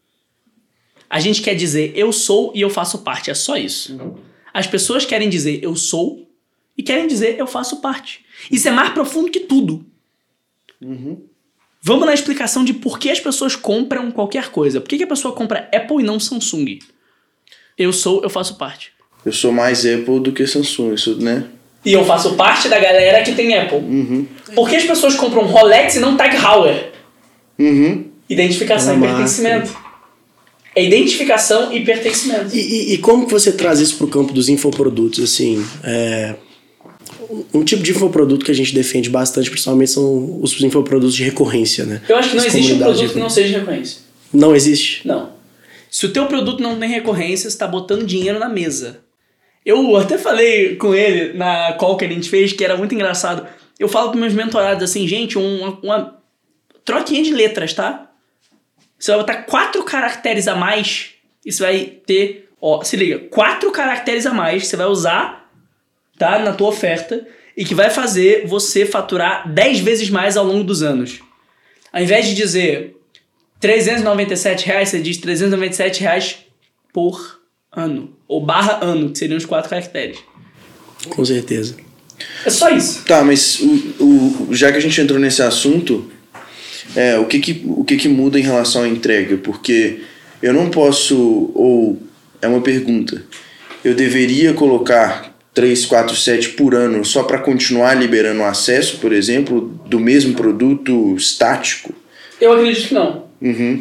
A gente quer dizer eu sou e eu faço parte. É só isso. Uhum. As pessoas querem dizer eu sou e querem dizer eu faço parte. Isso é mais profundo que tudo. Uhum. Vamos na explicação de por que as pessoas compram qualquer coisa. Por que a pessoa compra Apple e não Samsung? Eu sou, eu faço parte. Eu sou mais Apple do que Samsung, isso, né? E eu faço parte da galera que tem Apple. Uhum. Por que as pessoas compram Rolex e não Tag Heuer? Uhum. Identificação Uma e pertencimento. Marca. É identificação e pertencimento. E, e, e como que você traz isso pro campo dos infoprodutos? Assim, é... um tipo de infoproduto que a gente defende bastante, principalmente, são os infoprodutos de recorrência, né? Eu acho que não As existe um produto de... que não seja de recorrência. Não existe? Não. Se o teu produto não tem recorrência, você tá botando dinheiro na mesa. Eu até falei com ele na call que a gente fez, que era muito engraçado. Eu falo para meus mentorados assim, gente, uma, uma troquinha de letras, tá? Você vai botar quatro caracteres a mais e você vai ter, ó, se liga, quatro caracteres a mais que você vai usar, tá, na tua oferta e que vai fazer você faturar dez vezes mais ao longo dos anos. Ao invés de dizer trezentos e noventa e sete reais, você diz trezentos e noventa e sete reais por ano. Ou barra ano, que seriam os quatro caracteres. Com certeza. É só isso. Tá, mas o, o, já que a gente entrou nesse assunto, é, o, que que, o que que muda em relação à entrega? Porque eu não posso, ou é uma pergunta, eu deveria colocar três, quatro, sete por ano só para continuar liberando acesso, por exemplo, do mesmo produto estático? Eu acredito que não. Uhum.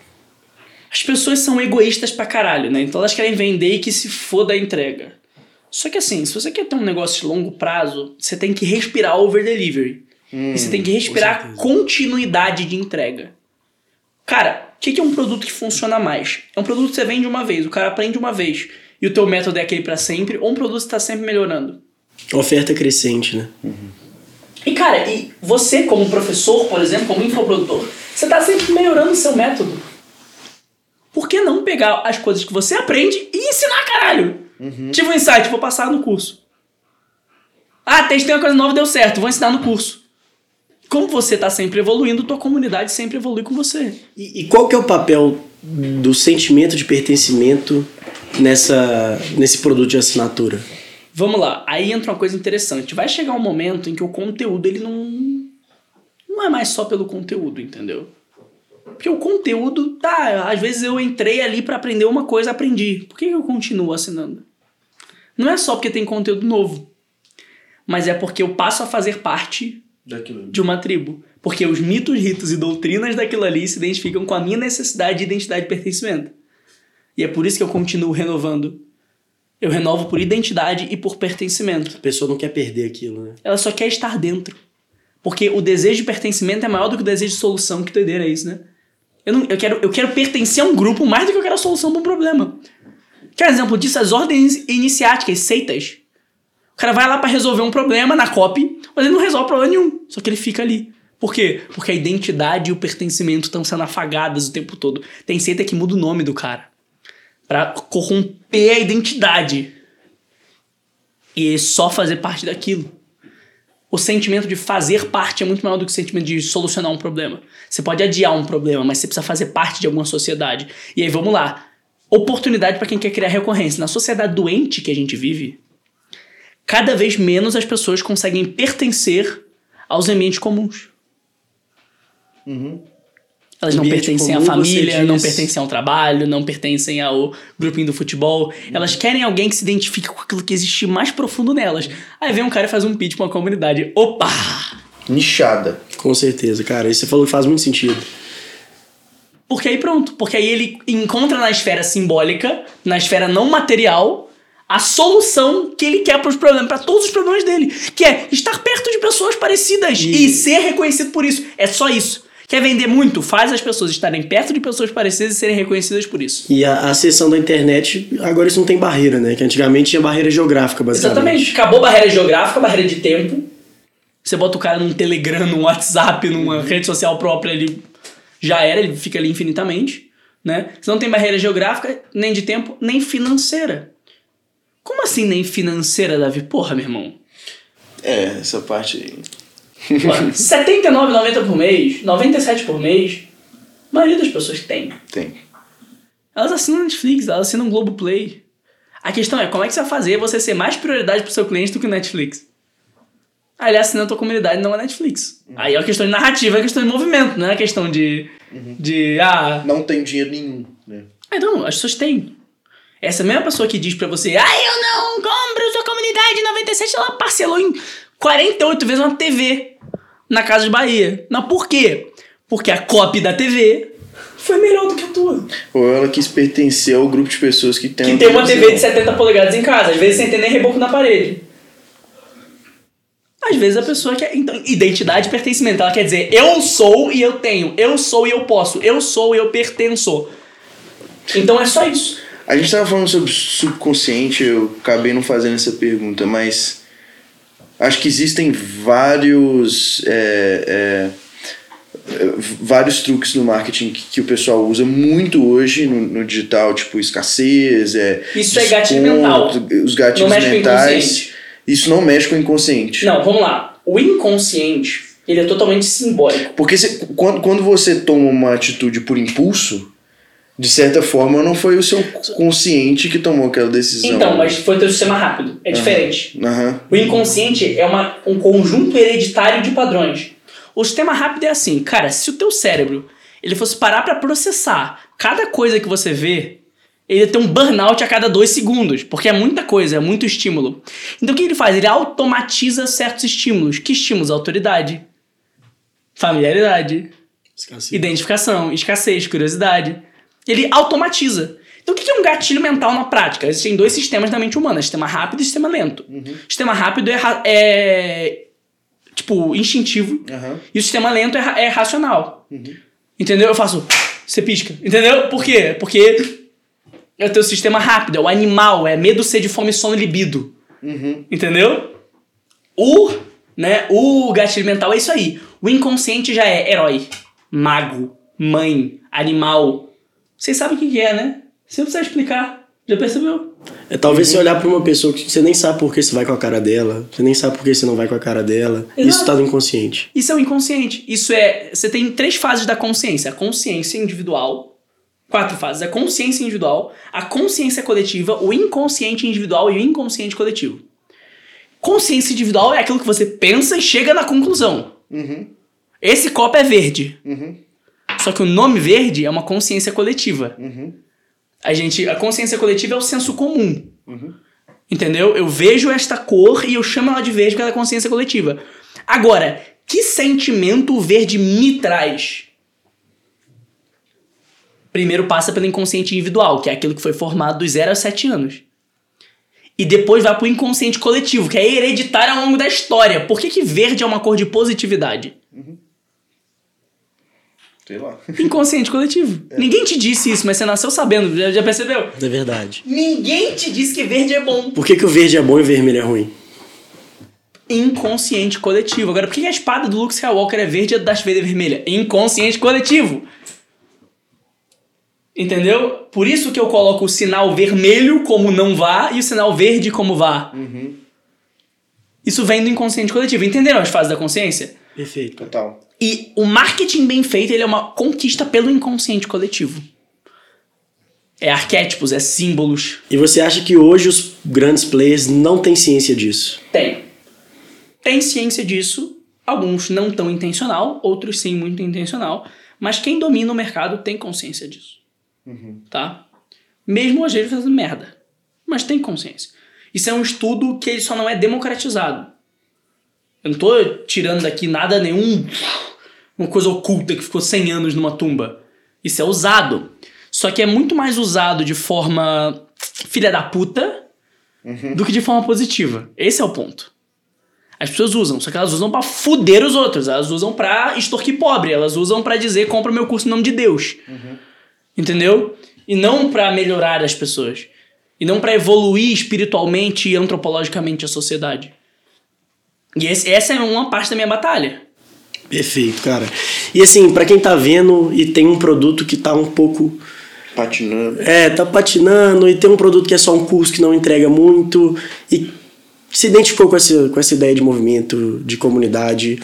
As pessoas são egoístas pra caralho, né? Então elas querem vender e que se foda a entrega. Só que assim, se você quer ter um negócio de longo prazo, você tem que respirar over delivery. Hum, e você tem que respirar continuidade de entrega. Cara, o que, que é um produto que funciona mais? É um produto que você vende uma vez, o cara aprende uma vez, e o teu método é aquele pra sempre, ou um produto que tá sempre melhorando? Oferta crescente, né? Uhum. E cara, e você como professor, por exemplo, como infoprodutor, você tá sempre melhorando o seu método. Por que não pegar as coisas que você aprende e ensinar, caralho? Uhum. Tive um insight, vou passar no curso. Ah, testei uma coisa nova, deu certo, vou ensinar no curso. Como você está sempre evoluindo, tua comunidade sempre evolui com você. E, e qual que é o papel do sentimento de pertencimento nessa, nesse produto de assinatura? Vamos lá, aí entra uma coisa interessante. Vai chegar um momento em que o conteúdo ele não, não é mais só pelo conteúdo, entendeu? Porque o conteúdo, tá, às vezes eu entrei ali pra aprender uma coisa, aprendi. Por que eu continuo assinando? Não é só porque tem conteúdo novo, mas é porque eu passo a fazer parte daquilo, de uma tribo. Porque os mitos, ritos e doutrinas daquilo ali se identificam com a minha necessidade de identidade e pertencimento. E é por isso que eu continuo renovando. Eu renovo por identidade e por pertencimento. A pessoa não quer perder aquilo, né? Ela só quer estar dentro. Porque o desejo de pertencimento é maior do que o desejo de solução. Que doideira é isso, né? Eu, não, eu, quero, eu quero pertencer a um grupo mais do que eu quero a solução para um problema. Quer exemplo disso? As ordens iniciáticas, seitas. O cara vai lá para resolver um problema na copy, mas ele não resolve problema nenhum. Só que ele fica ali. Por quê? Porque a identidade e o pertencimento estão sendo afagadas o tempo todo. Tem seita que muda o nome do cara para corromper a identidade. E só fazer parte daquilo. O sentimento de fazer parte é muito maior do que o sentimento de solucionar um problema. Você pode adiar um problema, mas você precisa fazer parte de alguma sociedade. E aí, vamos lá. Oportunidade para quem quer criar recorrência. Na sociedade doente que a gente vive, cada vez menos as pessoas conseguem pertencer aos ambientes comuns. Uhum. Elas não Ambiente pertencem à comum, família, diz... não pertencem ao trabalho, não pertencem ao grupinho do futebol. Uhum. Elas querem alguém que se identifique com aquilo que existe mais profundo nelas. Aí vem um cara e faz um pitch pra uma comunidade. Opa! Nichada. Com certeza, cara. Isso você falou que faz muito sentido. Porque aí pronto. Porque aí ele encontra na esfera simbólica, na esfera não material, a solução que ele quer pros problemas, pra todos os problemas dele. Que é estar perto de pessoas parecidas e, e ser reconhecido por isso. É só isso. Quer vender muito? Faz as pessoas estarem perto de pessoas parecidas e serem reconhecidas por isso. E a acessão da internet, agora isso não tem barreira, né? Que antigamente tinha barreira geográfica, basicamente. Exatamente. Acabou a barreira geográfica, a barreira de tempo. Você bota o cara num Telegram, num WhatsApp, numa uhum. rede social própria, ele já era, ele fica ali infinitamente, né? Você não tem barreira geográfica, nem de tempo, nem financeira. Como assim nem financeira, Davi? Porra, meu irmão. É, essa parte aí. setenta e nove reais e noventa centavos por mês, noventa e sete reais por mês, a maioria das pessoas tem. Tem. Elas assinam Netflix, elas assinam Globoplay. A questão é, como é que você vai fazer você ser mais prioridade pro seu cliente do que o Netflix? Aí ele assina a tua comunidade, não a Netflix. Uhum. Aí é uma questão de narrativa, é uma questão de movimento, não é uma questão de... Uhum. de ah, não tem dinheiro nenhum, né? Então, as pessoas têm. Essa mesma pessoa que diz pra você, ah, eu não compro sua comunidade noventa e sete, ela parcelou em quarenta e oito vezes uma T V na Casa de Bahia. Não, por quê? Porque a cópia da T V foi melhor do que a tua. Ou ela quis pertencer ao grupo de pessoas que tem que uma tem uma T V de setenta polegadas em casa, às vezes sem ter nem reboco na parede. Às vezes a pessoa quer... Então, identidade e pertencimento. Ela quer dizer, eu sou e eu tenho. Eu sou e eu posso. Eu sou e eu pertenço. Então é só isso. A gente tava falando sobre subconsciente, eu acabei não fazendo essa pergunta, mas acho que existem vários é, é, vários truques no marketing que, que o pessoal usa muito hoje no, no digital, tipo escassez, é, isso é gatilho mental. Os gatilhos mentais. Isso não mexe com o inconsciente. Não, vamos lá. O inconsciente, ele é totalmente simbólico. Porque se, quando, quando você toma uma atitude por impulso, de certa forma, não foi o seu consciente que tomou aquela decisão. Então, mas foi o teu sistema rápido. É uhum. diferente. Uhum. O inconsciente é uma, um conjunto hereditário de padrões. O sistema rápido é assim, cara, se o teu cérebro ele fosse parar pra processar cada coisa que você vê, ele ia ter um burnout a cada dois segundos, porque é muita coisa, é muito estímulo. Então o que ele faz? Ele automatiza certos estímulos. Que estímulos? Autoridade, familiaridade, escassez. Identificação, escassez, curiosidade. Ele automatiza. Então o que é um gatilho mental na prática? Existem dois sistemas da mente humana, sistema rápido e sistema lento. Uhum. O sistema rápido é, é tipo, instintivo, uhum. e o sistema lento é, é racional. Uhum. Entendeu? Eu faço, você pisca. Entendeu? Por quê? Porque é o teu sistema rápido, é o animal, é medo, sede, fome, sono e libido. Uhum. Entendeu? O, né, o gatilho mental é isso aí. O inconsciente já é herói, mago, mãe, animal. Vocês sabem o que é, né? Você não precisa explicar. Já percebeu? É talvez uhum. você olhar pra uma pessoa que você nem sabe por que você vai com a cara dela, você nem sabe por que você não vai com a cara dela. Exato. Isso tá no inconsciente. Isso é o inconsciente. Isso é... Você tem três fases da consciência. A consciência individual. Quatro fases. A consciência individual, a consciência coletiva, o inconsciente individual e o inconsciente coletivo. Consciência individual é aquilo que você pensa e chega na conclusão. Uhum. Esse copo é verde. Uhum. Só que o nome verde é uma consciência coletiva. Uhum. A, gente, a consciência coletiva é o senso comum. Uhum. Entendeu? Eu vejo esta cor e eu chamo ela de verde porque ela é consciência coletiva. Agora, que sentimento o verde me traz? Primeiro passa pelo inconsciente individual, que é aquilo que foi formado dos zero aos sete anos. E depois vai pro inconsciente coletivo, que é hereditário ao longo da história. Por que que verde é uma cor de positividade? Uhum. Sei lá. Inconsciente coletivo. É. Ninguém te disse isso, mas você nasceu sabendo, já, já percebeu? É verdade. Ninguém te disse que verde é bom. Por que que o verde é bom e o vermelho é ruim? Inconsciente coletivo. Agora, por que a espada do Luke Skywalker é verde e a do Darth Vader é vermelha? Inconsciente coletivo. Entendeu? Por isso que eu coloco o sinal vermelho como não vá e o sinal verde como vá. Uhum. Isso vem do inconsciente coletivo. Entenderam as fases da consciência? Perfeito. Total. E o marketing bem feito, ele é uma conquista pelo inconsciente coletivo. É arquétipos, é símbolos. E você acha que hoje os grandes players não têm ciência disso? Tem. Tem ciência disso. Alguns não tão intencional, outros sim muito intencional. Mas quem domina o mercado tem consciência disso. Uhum. Tá? Mesmo às vezes fazendo merda. Mas tem consciência. Isso é um estudo que ele só não é democratizado. Eu não tô tirando daqui nada nenhum... Uma coisa oculta que ficou cem anos numa tumba. Isso é usado. Só que é muito mais usado de forma filha da puta uhum. do que de forma positiva. Esse é o ponto. As pessoas usam, só que elas usam pra fuder os outros. Elas usam pra extorquir pobre. Elas usam pra dizer, compra meu curso em nome de Deus. Uhum. Entendeu? E não pra melhorar as pessoas. E não pra evoluir espiritualmente e antropologicamente a sociedade. E esse, essa é uma parte da minha batalha. Perfeito, cara. E assim, pra quem tá vendo e tem um produto que tá um pouco... Patinando. É, tá patinando e tem um produto que é só um curso que não entrega muito e se identificou com essa, com essa ideia de movimento, de comunidade,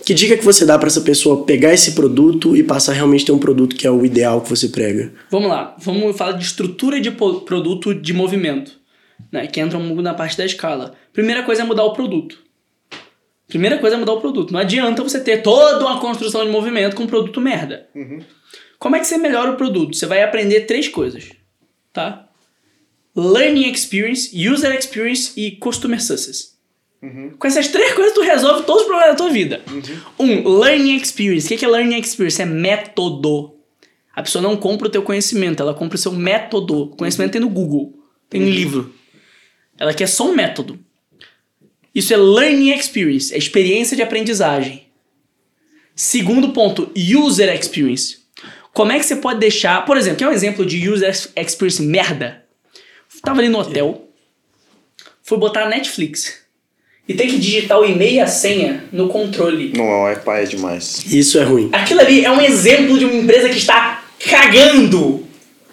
Que dica que você dá para essa pessoa pegar esse produto e passar a realmente ter um produto que é o ideal que você prega? Vamos lá, vamos falar de estrutura de produto de movimento, né? Que entra na parte da escala. Primeira coisa é mudar o produto. Primeira coisa é mudar o produto. Não adianta você ter toda uma construção de movimento com um produto merda. Uhum. Como é que você melhora o produto? Você vai aprender três coisas, tá? Learning Experience, User Experience e Customer Success. Uhum. Com essas três coisas tu resolve todos os problemas da tua vida. Uhum. Um, Learning Experience. O que é Learning Experience? É método. A pessoa não compra o teu conhecimento, ela compra o seu método. O conhecimento tem no Google, tem no livro. Ela quer só um método. Isso é Learning Experience, é experiência de aprendizagem. Segundo ponto, User Experience. Como é que você pode deixar... Por exemplo, quer um exemplo de User Experience merda? Tava ali no hotel, fui botar a Netflix e tem que digitar o e-mail e a senha no controle. Não, o Wi-Fi é demais. Isso é ruim. Aquilo ali é um exemplo de uma empresa que está cagando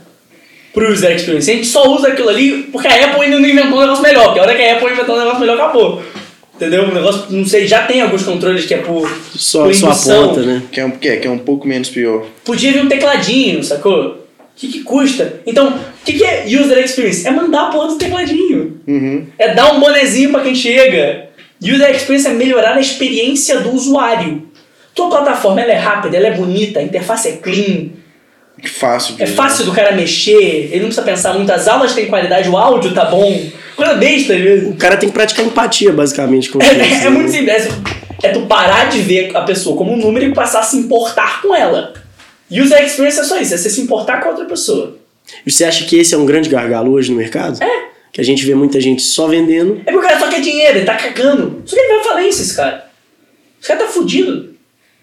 pro User Experience. A gente só usa aquilo ali porque a Apple ainda não inventou um negócio melhor. Porque a hora que a Apple inventou um negócio melhor, acabou. Entendeu? O negócio, não sei, já tem alguns controles que é por, só, por indução. Só a ponta, né? Que é, um, que, é, que é um pouco menos pior. Podia vir um tecladinho, sacou? O que, que custa? Então, o que, que é User Experience? É mandar a porra do tecladinho. Uhum. É dar um bonezinho pra quem chega. User Experience é melhorar a experiência do usuário. Tua plataforma ela é rápida, ela é bonita, a interface é clean. Fácil de É fácil do cara mexer, ele não precisa pensar muito, as aulas têm qualidade, o áudio tá bom. Coisa besta, às vezes. O cara tem que praticar empatia, basicamente. Com é, isso, é, é muito simples. É, é tu parar de ver a pessoa como um número e passar a se importar com ela. User Experience é só isso, é você se importar com a outra pessoa. E você acha que esse é um grande gargalo hoje no mercado? É. Que a gente vê muita gente só vendendo. É porque o cara só quer dinheiro, ele tá cagando. Só que ele vai à falência, esse cara. Esse cara tá fudido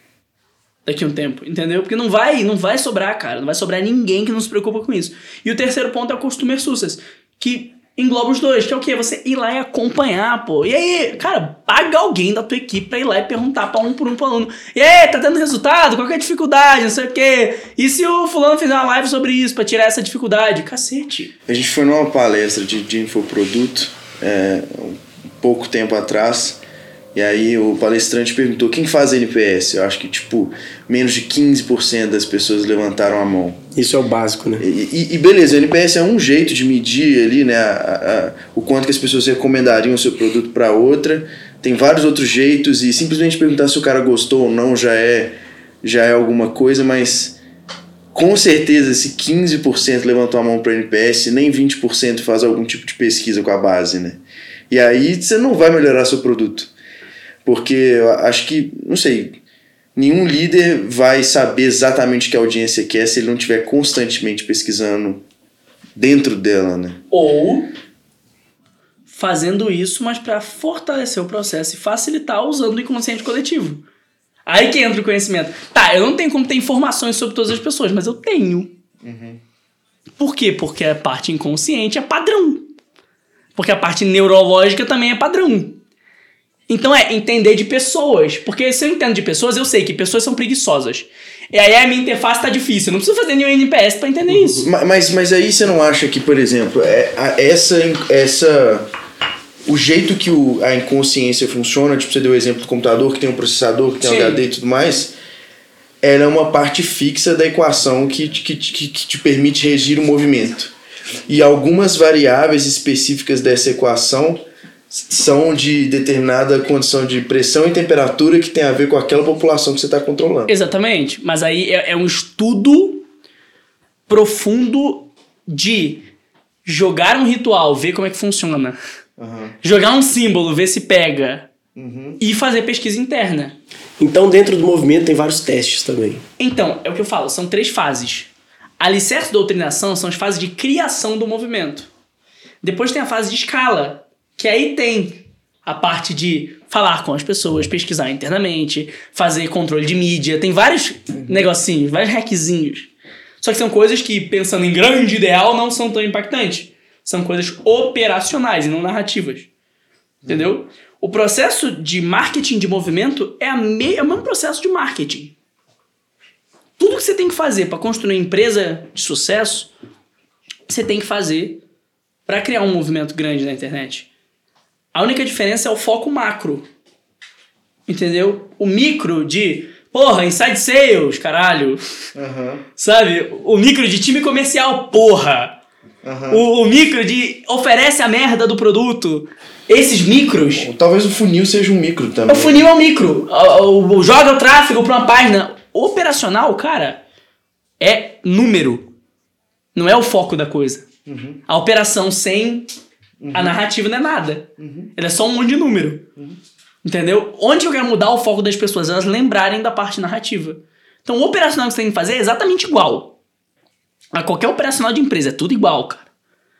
daqui a um tempo, entendeu? Porque não vai, não vai sobrar, cara. Não vai sobrar ninguém que não se preocupa com isso. E o terceiro ponto é o Customer Success, que engloba os dois, que é o quê? Você ir lá e acompanhar, pô. E aí, cara, paga alguém da tua equipe pra ir lá e perguntar pra um por um pro aluno. E aí, tá tendo resultado? Qual que é a dificuldade? Não sei o quê. E se o fulano fizer uma live sobre isso pra tirar essa dificuldade? Cacete. A gente foi numa palestra de, de infoproduto é, um pouco tempo atrás. E aí o palestrante perguntou quem faz N P S. Eu acho que tipo menos de quinze por cento das pessoas levantaram a mão. Isso é o básico, né? E, e, e beleza, o N P S é um jeito de medir ali, né, a, a, o quanto que as pessoas recomendariam o seu produto para outra. Tem vários outros jeitos e simplesmente perguntar se o cara gostou ou não já é, já é alguma coisa, mas com certeza se quinze por cento levantou a mão para o N P S, nem vinte por cento faz algum tipo de pesquisa com a base, né? E aí você não vai melhorar seu produto. Porque eu acho que, não sei, nenhum líder vai saber exatamente o que a audiência quer se ele não estiver constantemente pesquisando dentro dela, né? Ou fazendo isso, mas para fortalecer o processo e facilitar usando o inconsciente coletivo. Aí que entra o conhecimento. Tá, eu não tenho como ter informações sobre todas as pessoas, mas eu tenho. Uhum. Por quê? Porque a parte inconsciente é padrão. Porque a parte neurológica também é padrão. Então é entender de pessoas. Porque se eu entendo de pessoas, eu sei que pessoas são preguiçosas. E aí a minha interface tá difícil. Eu não preciso fazer nenhum N P S pra entender isso. Mas, mas aí você não acha que, por exemplo, é, a, essa, essa, o jeito que o, a inconsciência funciona, tipo, você deu o exemplo do computador, que tem um processador, que tem um H D e tudo mais, ela é uma parte fixa da equação que, que, que, que te permite regir o movimento. E algumas variáveis específicas dessa equação são de determinada condição de pressão e temperatura que tem a ver com aquela população que você está controlando. Exatamente. Mas aí é, é um estudo profundo de jogar um ritual, ver como é que funciona. Uhum. Jogar um símbolo, ver se pega. Uhum. E fazer pesquisa interna. Então, dentro do movimento tem vários testes também. Então, é o que eu falo, são três fases. Alicerce doutrinação são as fases de criação do movimento. Depois tem a fase de escala, que aí tem a parte de falar com as pessoas, pesquisar internamente, fazer controle de mídia, tem vários negocinhos, vários hackzinhos. Só que são coisas que, pensando em grande ideal, não são tão impactantes. São coisas operacionais e não narrativas. Entendeu? O processo de marketing de movimento é, a me- é o mesmo processo de marketing. Tudo que você tem que fazer para construir uma empresa de sucesso, você tem que fazer para criar um movimento grande na internet. A única diferença é o foco macro. Entendeu? O micro de, porra, inside sales, caralho. Uhum. Sabe? O micro de time comercial, porra. Uhum. O, o micro de oferece a merda do produto. Esses micros... Talvez o funil seja um micro também. O funil é um micro. O, o, o, joga o tráfego pra uma página. O operacional, cara, é número. Não é o foco da coisa. Uhum. A operação sem uhum. a narrativa não é nada. Uhum. Ela é só um monte de número. Uhum. Entendeu? Onde eu quero mudar o foco das pessoas? Elas lembrarem da parte narrativa. Então, o operacional que você tem que fazer é exatamente igual a qualquer operacional de empresa. É tudo igual, cara.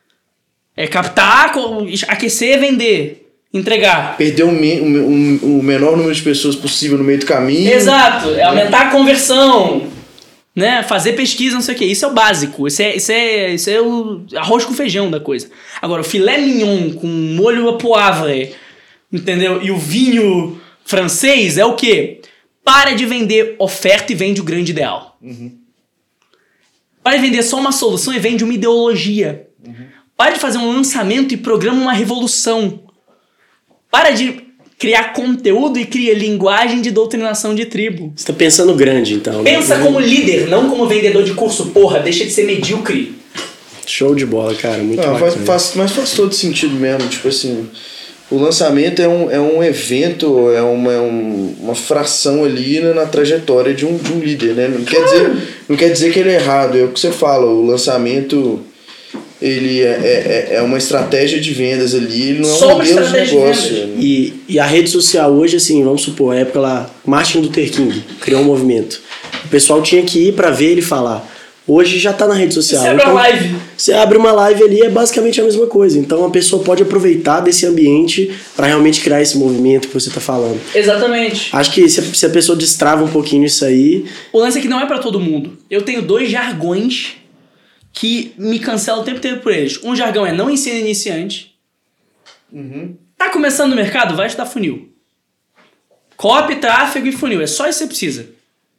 É captar, aquecer, vender, entregar. Perder o, me, o, o menor número de pessoas possível no meio do caminho. Exato. É aumentar a conversão. Né? Fazer pesquisa, não sei o que. Isso é o básico. Isso é, isso é, isso é o arroz com feijão da coisa. Agora, o filé mignon com molho à poivre, entendeu? E o vinho francês é o quê? Para de vender oferta e vende o grande ideal. Uhum. Para de vender só uma solução e vende uma ideologia. Uhum. Para de fazer um lançamento e programa uma revolução. Para de criar conteúdo e cria linguagem de doutrinação de tribo. Você tá pensando grande, então. Pensa né? como líder, não como vendedor de curso. Porra, deixa de ser medíocre. Show de bola, cara. Muito não, bacana. Faz, faz, mas faz todo sentido mesmo. Tipo assim, o lançamento é um, é um evento, é uma, é um, uma fração ali na, na trajetória de um, de um líder, né? Não quer, dizer, não quer dizer que ele é errado. É o que você fala, o lançamento... Ele é, é, é uma estratégia de vendas ali, ele não é um modelo de negócio. De e, e a rede social hoje, assim, vamos supor, a época lá, Martin Luther King criou um movimento. O pessoal tinha que ir pra ver ele falar. Hoje já tá na rede social. Você abre então, uma live. Você abre uma live ali, é basicamente a mesma coisa. Então a pessoa pode aproveitar desse ambiente pra realmente criar esse movimento que você tá falando. Exatamente. Acho que se a, se a pessoa destrava um pouquinho isso aí... O lance é que não é pra todo mundo. Eu tenho dois jargões que me cancela o tempo inteiro por eles. Um jargão é não ensina iniciante. Uhum. Tá começando no mercado? Vai estudar funil. Copy, tráfego e funil. É só isso que você precisa.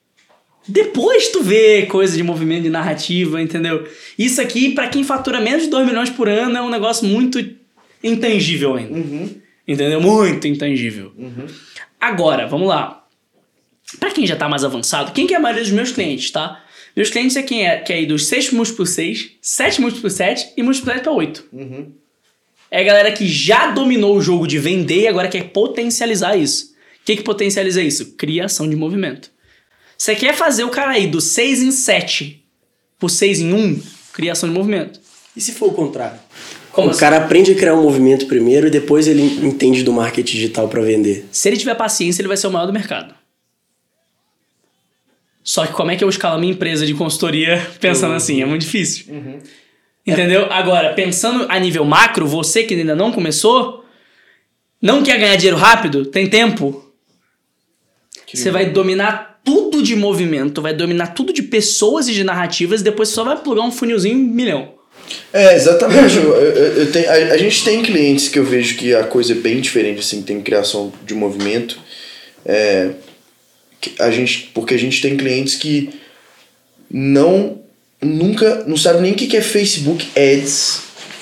Depois tu vê coisa de movimento de narrativa, entendeu? Isso aqui, pra quem fatura menos de dois milhões por ano, é um negócio muito intangível ainda. Uhum. Entendeu? Muito intangível. Uhum. Agora, vamos lá. Pra quem já tá mais avançado, quem que é a maioria dos meus clientes, tá? Meus clientes é quem é, que é aí dos seis múltiplos seis, sete múltiplos sete e múltiplos para oito. Uhum. É a galera que já dominou o jogo de vender e agora quer potencializar isso. O que que potencializa isso? Criação de movimento. Você quer fazer o cara aí do seis em sete por seis em um, criação de movimento. E se for o contrário? Como o assim? cara aprende a criar um movimento primeiro e depois ele entende do marketing digital para vender. Se ele tiver paciência, ele vai ser o maior do mercado. Só que como é que eu escalo a minha empresa de consultoria pensando uhum. assim? É muito difícil. Uhum. Entendeu? É. Agora, pensando a nível macro, você que ainda não começou, não quer ganhar dinheiro rápido, tem tempo. Que você vai dominar tudo de movimento, vai dominar tudo de pessoas e de narrativas, e depois só vai plugar um funilzinho em um milhão. É, exatamente. eu, eu, eu tenho, a, a gente tem clientes que eu vejo que a coisa é bem diferente, assim, tem criação de movimento. É... A gente, porque a gente tem clientes que não nunca não sabe nem o que é Facebook Ads,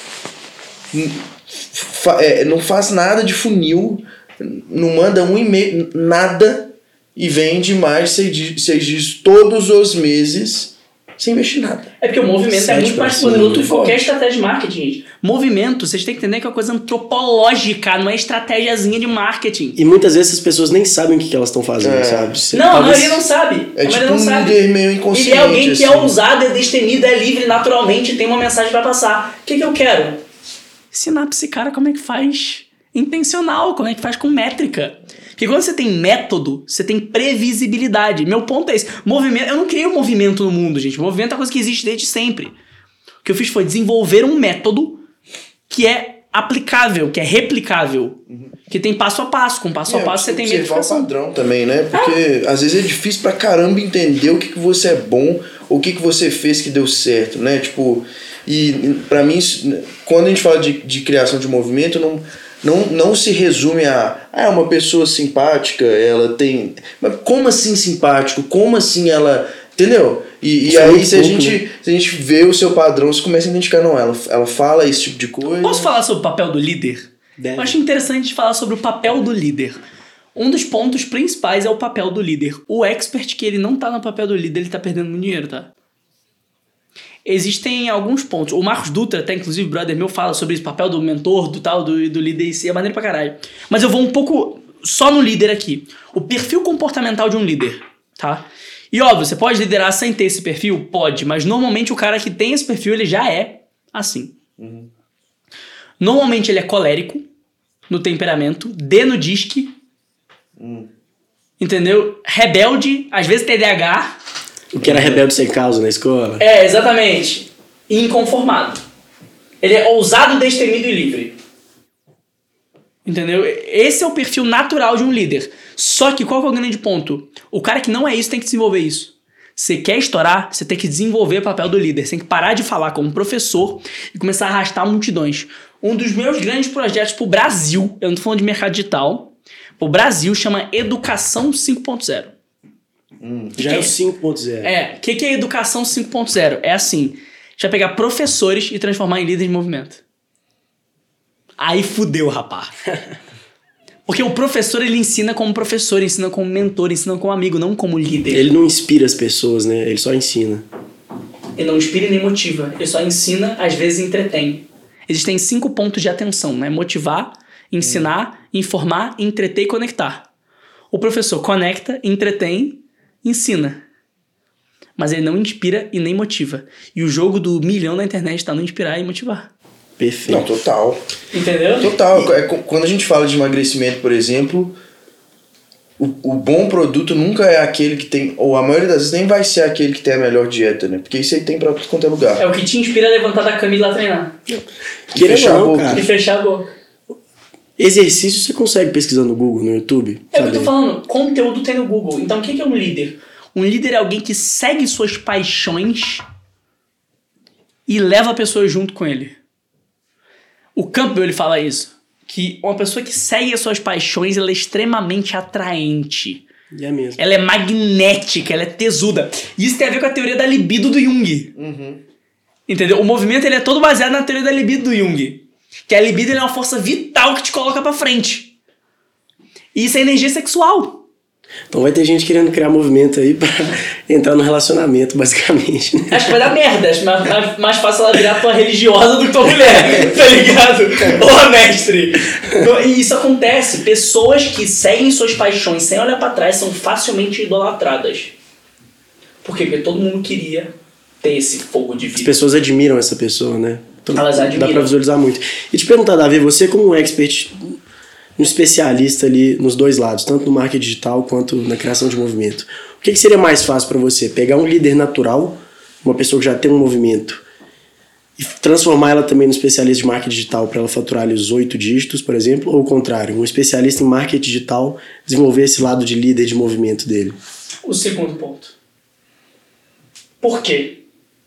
fa, é, não faz nada de funil, não manda um e-mail, nada, e vende mais seis dígitos todos os meses sem investir nada. É porque o movimento é muito mais poderoso do que qualquer estratégia de marketing, gente. Movimento, vocês têm que entender que é uma coisa antropológica, não é estratégiazinha de marketing. E muitas vezes as pessoas nem sabem o que elas estão fazendo, é. sabe? Você não, talvez... a maioria não sabe. É a tipo não um sabe. líder meio inconsciente. Ele é alguém que assim. é ousado, é destemido, é livre naturalmente, tem uma mensagem pra passar. O que, que eu quero? Ensinar pra esse cara como é que faz intencional, como é que faz com métrica. Porque quando você tem método, você tem previsibilidade. Meu ponto é esse. Movimento, eu não criei um movimento no mundo, gente. O movimento é uma coisa que existe desde sempre. O que eu fiz foi desenvolver um método que é aplicável, que é replicável. Uhum. Que tem passo a passo. Com passo é, a passo você tem metrificação. Observar o padrão também, né? Porque ah. às vezes é difícil pra caramba entender o que, que você é bom, ou o que, que você fez que deu certo, né? Tipo, e pra mim, quando a gente fala de, de criação de movimento, não... Não, não se resume a ah, é uma pessoa simpática, ela tem... Mas como assim simpático? Como assim ela... Entendeu? E, e aí se a, gente, né? se a gente vê o seu padrão, você começa a identificar, não, ela, ela fala esse tipo de coisa. Posso falar sobre o papel do líder? Deve. Eu acho interessante falar sobre o papel do líder. Um dos pontos principais é o papel do líder. O expert que ele não tá no papel do líder, ele tá perdendo muito dinheiro, tá? Existem alguns pontos. O Marcos Dutra, até inclusive, brother meu, fala sobre esse papel do mentor, do tal, do, do líder, e é maneiro pra caralho. Mas eu vou um pouco só no líder aqui. O perfil comportamental de um líder, tá? E óbvio, você pode liderar sem ter esse perfil? Pode, mas normalmente o cara que tem esse perfil, ele já é assim. Uhum. Normalmente ele é colérico no temperamento, D no disque, hum. entendeu? Rebelde, às vezes T D A H. O que era rebelde sem causa na escola? É, exatamente. E inconformado. Ele é ousado, destemido e livre. Entendeu? Esse é o perfil natural de um líder. Só que qual que é o grande ponto? O cara que não é isso tem que desenvolver isso. Você quer estourar, você tem que desenvolver o papel do líder. Você tem que parar de falar como professor e começar a arrastar multidões. Um dos meus grandes projetos pro Brasil, eu não tô falando de mercado digital, pro Brasil chama Educação cinco ponto zero. Hum, já é o cinco ponto zero. É, o que, que é Educação cinco ponto zero? É assim, a gente vai pegar professores e transformar em líderes de movimento. Aí fudeu, rapá. Porque o professor, ele ensina como professor, ensina como mentor, ensina como amigo, não como líder. Ele não inspira as pessoas, né? Ele só ensina. Ele não inspira e nem motiva. Ele só ensina, às vezes entretém. Existem cinco pontos de atenção, né? Motivar, ensinar, hum. informar, entreter e conectar. O professor conecta, entretém, ensina. Mas ele não inspira e nem motiva. E o jogo do milhão na internet está no inspirar e motivar. Perfeito. Não, total. Entendeu? Total. É, quando a gente fala de emagrecimento, por exemplo, o, o bom produto nunca é aquele que tem, ou a maioria das vezes nem vai ser aquele que tem a melhor dieta, né? Porque isso aí tem pra tudo quanto é lugar. É o que te inspira a levantar da cama e ir lá treinar. E fechar a boca. Cara. E fechar a boca. Exercício você consegue pesquisar no Google, no YouTube? É o que eu tô falando. Conteúdo tem no Google. Então o que é um líder? Um líder é alguém que segue suas paixões e leva a pessoa junto com ele. O Campbell, ele fala isso. Que uma pessoa que segue as suas paixões, ela é extremamente atraente. E é mesmo. Ela é magnética, ela é tesuda. E isso tem a ver com a teoria da libido do Jung. Uhum. Entendeu? O movimento, ele é todo baseado na teoria da libido do Jung. Que a libido é uma força vital que te coloca pra frente. E isso é energia sexual. Então vai ter gente querendo criar movimento aí pra entrar no relacionamento, basicamente. Né? Acho que vai dar merda. Acho mais, mais fácil ela virar tua religiosa do que tua mulher, tá ligado? Ô, mestre! E isso acontece. Pessoas que seguem suas paixões sem olhar pra trás são facilmente idolatradas. Por quê? Porque todo mundo queria ter esse fogo de vida. As pessoas admiram essa pessoa, né? Então, elas admiram. Dá pra visualizar muito. E te perguntar, Davi, você como um expert, um especialista ali nos dois lados, tanto no marketing digital quanto na criação de movimento, o que, que seria mais fácil para você? Pegar um líder natural, uma pessoa que já tem um movimento, e transformar ela também no especialista de marketing digital para ela faturar ali os oito dígitos, por exemplo, ou o contrário, um especialista em marketing digital desenvolver esse lado de líder de movimento dele? O segundo ponto. Por quê?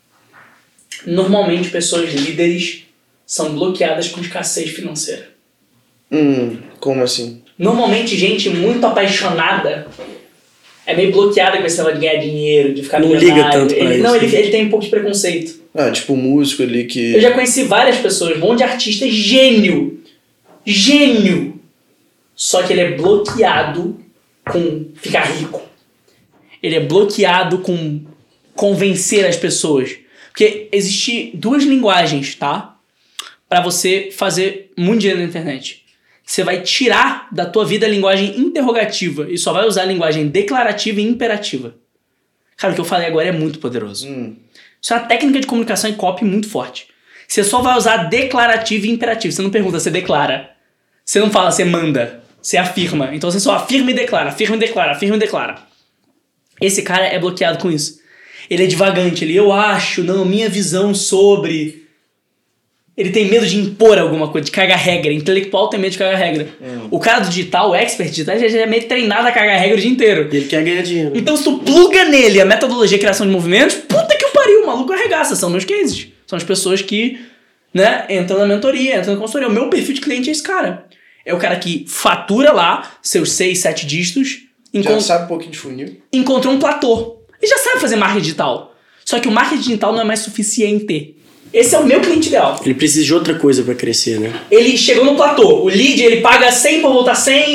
Normalmente pessoas líderes são bloqueadas com escassez financeira. Hum, como assim? Normalmente gente muito apaixonada é meio bloqueada com esse negócio de ganhar dinheiro, de ficar não milionário. Liga tanto pra ele, isso. Não, ele, ele tem um pouco de preconceito. Ah, tipo um músico ali que... Eu já conheci várias pessoas, um monte de artista gênio. Gênio. Só que ele é bloqueado com ficar rico. Ele é bloqueado com convencer as pessoas. Porque existem duas linguagens, tá? Pra você fazer muito dinheiro na internet. Você vai tirar da tua vida a linguagem interrogativa e só vai usar a linguagem declarativa e imperativa. Cara, o que eu falei agora é muito poderoso. Hum. Isso é uma técnica de comunicação e copy muito forte. Você só vai usar declarativo e imperativo. Você não pergunta, você declara. Você não fala, você manda. Você afirma. Então você só afirma e declara, afirma e declara, afirma e declara. Esse cara é bloqueado com isso. Ele é divagante, ele, eu acho, não, minha visão sobre... Ele tem medo de impor alguma coisa, de cagar regra. Intelectual tem medo de cagar regra. Hum. O cara do digital, o expert digital, já é meio treinado a cagar regra o dia inteiro. E ele quer ganhar dinheiro. Então se tu pluga nele a metodologia de criação de movimentos, puta que o pariu, o maluco arregaça. São meus cases. São as pessoas que, né, entram na mentoria, entram na consultoria. O meu perfil de cliente é esse cara. É o cara que fatura lá seus seis, sete dígitos. Encont... Já sabe um pouquinho de funil. Encontrou um platô. Ele já sabe fazer marketing digital. Só que o marketing digital não é mais suficiente. Esse é o meu cliente ideal. Ele precisa de outra coisa pra crescer, né? Ele chegou no platô. O lead, ele paga cem pra voltar cem.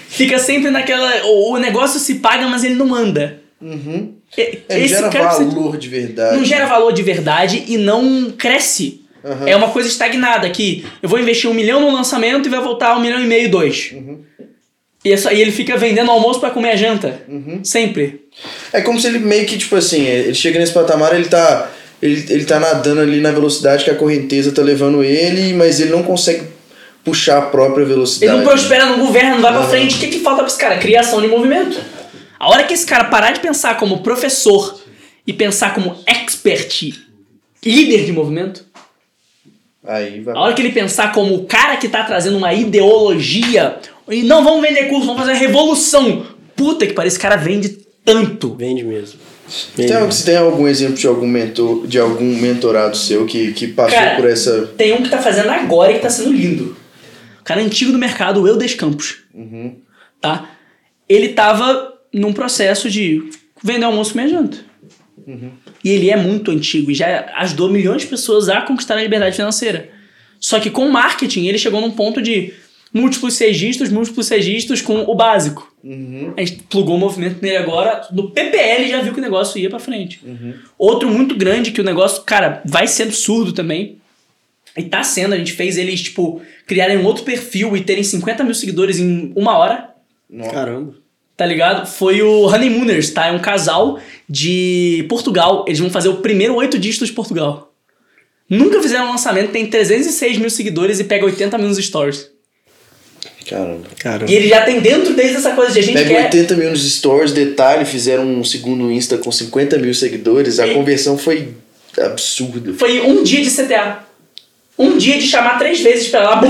Fica sempre naquela... O, o negócio se paga, mas ele não anda. Uhum. E, É, não gera valor você... de verdade. Não gera valor de verdade e não cresce. Uhum. É uma coisa estagnada, que eu vou investir um milhão no lançamento e vai voltar um milhão e meio, dois. Uhum. E, é só, e ele fica vendendo almoço pra comer a janta. Uhum. Sempre. É como se ele meio que, tipo assim, ele chega nesse patamar, ele tá, ele, ele tá nadando ali na velocidade que a correnteza tá levando ele, mas ele não consegue puxar a própria velocidade. Ele não prospera no governo, não vai uhum. pra frente. O que, que falta pra esse cara? Criação de movimento. A hora que esse cara parar de pensar como professor e pensar como expert, líder de movimento, aí vai... a hora que ele pensar como o cara que tá trazendo uma ideologia, e não vamos vender curso, vamos fazer uma revolução. Puta que pariu, esse cara vende tanto. Vende mesmo. Vende tem, mesmo. Você tem algum exemplo de algum mentor, de algum mentorado seu que, que passou cara, por essa... Tem um que tá fazendo agora e que tá sendo lindo. O cara antigo do mercado, o Eudes Campos. Uhum. Tá? Ele tava num processo de vender almoço com minha janta. Uhum. E ele é muito antigo e já ajudou milhões de pessoas a conquistar a liberdade financeira. Só que com marketing ele chegou num ponto de múltiplos registros, múltiplos registros com o básico. Uhum. A gente plugou o movimento nele agora, no P P L já viu que o negócio ia pra frente. Uhum. Outro muito grande que o negócio, cara, vai ser absurdo também. E tá sendo, a gente fez eles, tipo, criarem um outro perfil e terem cinquenta mil seguidores em uma hora. Caramba. Tá ligado? Foi o Honeymooners, tá? É um casal de Portugal. Eles vão fazer o primeiro oito dígitos de Portugal. Nunca fizeram um lançamento, tem trezentos e seis mil seguidores e pega oitenta mil nos stories. Caramba. Caramba. E ele já tem dentro deles essa coisa de a gente pega quer... oitenta mil nos stories, detalhe, fizeram um segundo Insta com cinquenta mil seguidores, a e... conversão foi absurda. Foi um dia de C T A. Um dia de chamar três vezes pra lá.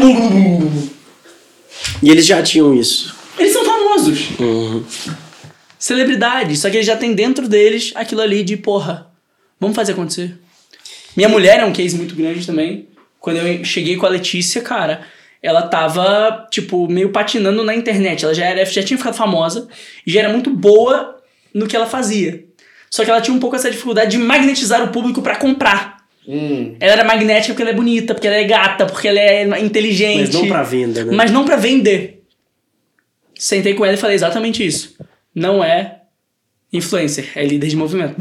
E eles já tinham isso. Eles são famosos. Uhum. Celebridades. Só que eles já têm dentro deles aquilo ali de, porra, vamos fazer acontecer. Minha mulher é um case muito grande também. Quando eu cheguei com a Letícia, cara, ela tava, tipo, meio patinando na internet. Ela já, era, já tinha ficado famosa e já era muito boa no que ela fazia. Só que ela tinha um pouco essa dificuldade de magnetizar o público pra comprar. Hum. Ela era magnética porque ela é bonita, porque ela é gata, porque ela é inteligente. Mas não pra venda, né? Mas não pra vender. Sentei com ela e falei exatamente isso. Não é influencer, é líder de movimento.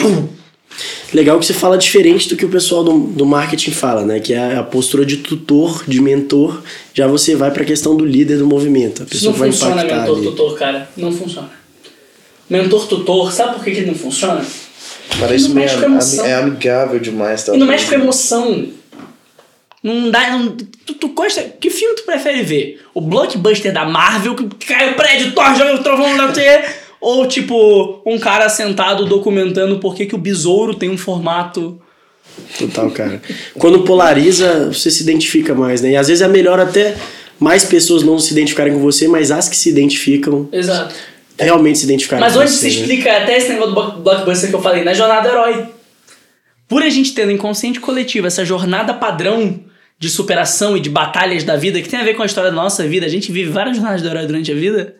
Legal que você fala diferente do que o pessoal do, do marketing fala, né? Que é a postura de tutor, de mentor. Já você vai pra questão do líder do movimento. A pessoa não vai funciona impactar mentor, ali. tutor, cara. Não funciona. Mentor, tutor, sabe por que, que não funciona? Parece meio am- é amigável demais. Tá? E não mexe com emoção. Não dá... Não, tu, tu gosta... Que filme tu prefere ver? O blockbuster da Marvel, que cai o prédio, Thor, joga o trovão, não sei... Ou, tipo, um cara sentado documentando por que, que o besouro tem um formato... Total, cara. Quando polariza, você se identifica mais, né? E às vezes é melhor até mais pessoas não se identificarem com você, mas as que se identificam... Exato. Realmente se identificarem mas com você. Mas onde se né? explica até esse negócio do blockbuster que eu falei, na jornada herói. Por a gente ter no inconsciente coletivo essa jornada padrão de superação e de batalhas da vida, que tem a ver com a história da nossa vida, a gente vive várias jornadas do herói durante a vida...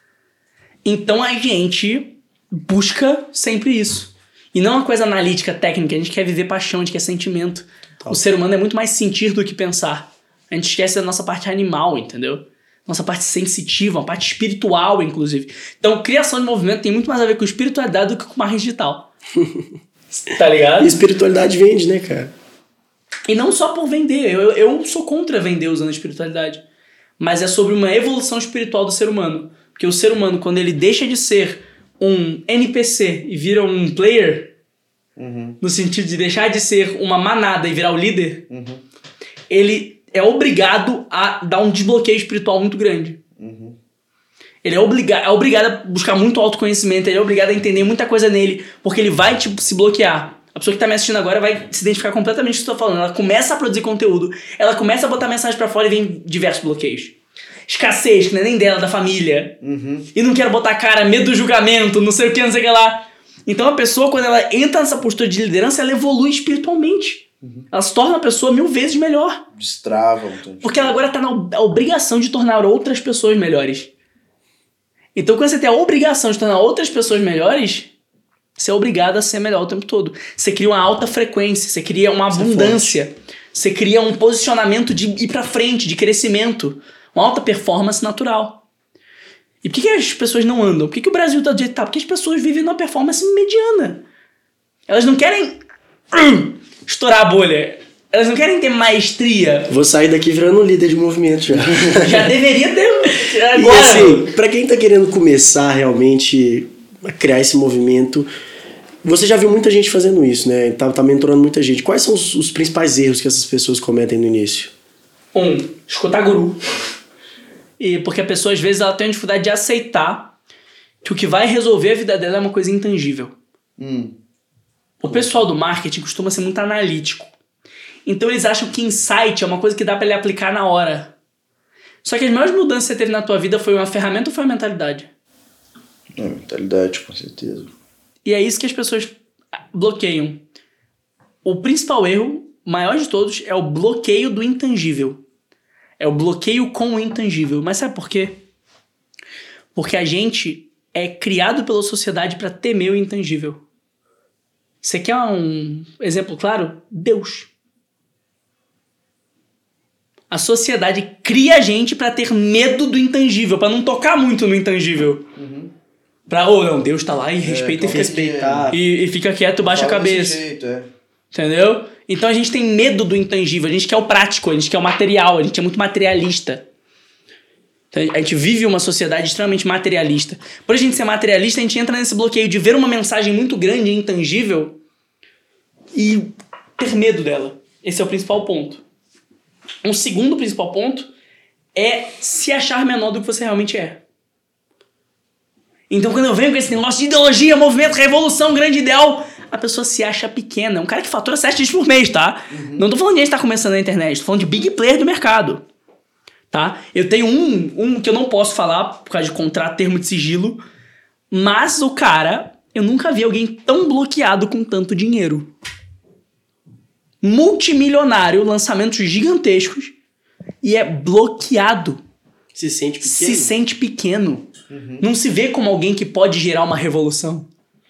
Então a gente busca sempre isso. E não uma coisa analítica, técnica. A gente quer viver paixão, a gente quer sentimento. Top. O ser humano é muito mais sentir do que pensar. A gente esquece da nossa parte animal, entendeu? Nossa parte sensitiva, uma parte espiritual, inclusive. Então, criação de movimento tem muito mais a ver com espiritualidade do que com marketing digital. Tá ligado? E espiritualidade vende, né, cara? E não só por vender. Eu, eu sou contra vender usando espiritualidade. Mas é sobre uma evolução espiritual do ser humano. Porque o ser humano, quando ele deixa de ser um N P C e vira um player, uhum. no sentido de deixar de ser uma manada e virar o líder, uhum. ele é obrigado a dar um desbloqueio espiritual muito grande. Uhum. Ele é, obriga- é obrigado a buscar muito autoconhecimento, ele é obrigado a entender muita coisa nele, porque ele vai tipo, se bloquear. A pessoa que tá me assistindo agora vai se identificar completamente com o que eu tô falando. Ela começa a produzir conteúdo, ela começa a botar mensagem pra fora e vem diversos bloqueios. Escassez, que não é nem dela, da família. Uhum. E não quero botar cara, medo do julgamento, não sei o que, não sei o que lá. Então a pessoa, quando ela entra nessa postura de liderança, ela evolui espiritualmente. Uhum. Ela se torna uma pessoa mil vezes melhor. Destrava. Então. Porque ela agora tá na obrigação de tornar outras pessoas melhores. Então quando você tem a obrigação de tornar outras pessoas melhores, você é obrigado a ser melhor o tempo todo. Você cria uma alta frequência, você cria uma abundância. Você cria um posicionamento de ir pra frente, de crescimento. Uma alta performance natural. E por que, que as pessoas não andam? Por que, que o Brasil tá do jeito que tá? Porque as pessoas vivem numa performance mediana. Elas não querem hum, estourar a bolha. Elas não querem ter maestria. Vou sair daqui virando líder de movimento já. Já deveria ter agora. E assim, pra quem tá querendo começar realmente a criar esse movimento, você já viu muita gente fazendo isso, né? Tá, tá mentorando muita gente. Quais são os, os principais erros que essas pessoas cometem no início? Um, escutar guru. E porque a pessoa, às vezes, ela tem uma dificuldade de aceitar que o que vai resolver a vida dela é uma coisa intangível. Hum. O pessoal do marketing costuma ser muito analítico. Então eles acham que insight é uma coisa que dá pra ele aplicar na hora. Só que as maiores mudanças que você teve na tua vida foi uma ferramenta ou foi uma mentalidade? É, mentalidade, com certeza. E é isso que as pessoas bloqueiam. O principal erro, maior de todos, é o bloqueio do intangível. É o bloqueio com o intangível. Mas sabe por quê? Porque a gente é criado pela sociedade para temer o intangível. Você quer um exemplo claro? Deus. A sociedade cria a gente para ter medo do intangível, para não tocar muito no intangível. Uhum. Pra, ou oh, não, Deus tá lá e respeita é, e, fica, respeitar. E, e fica quieto, baixa a cabeça. Jeito, é. Entendeu? Então a gente tem medo do intangível, a gente quer o prático, a gente quer o material, a gente é muito materialista. Então, a gente vive uma sociedade extremamente materialista. Por a gente ser materialista, a gente entra nesse bloqueio de ver uma mensagem muito grande e intangível e ter medo dela. Esse é o principal ponto. Um segundo principal ponto é se achar menor do que você realmente é. Então quando eu venho com esse negócio de ideologia, movimento, revolução, grande ideal, a pessoa se acha pequena. É um cara que fatura sete dias por mês, tá? Uhum. Não tô falando de gente que tá começando na internet, tô falando de big player do mercado. Tá? Eu tenho um, um que eu não posso falar por causa de contrato, termo de sigilo, mas o cara, eu nunca vi alguém tão bloqueado com tanto dinheiro. Multimilionário, lançamentos gigantescos, e é bloqueado. Se sente pequeno. Se sente pequeno. Uhum. Não se vê como alguém que pode gerar uma revolução.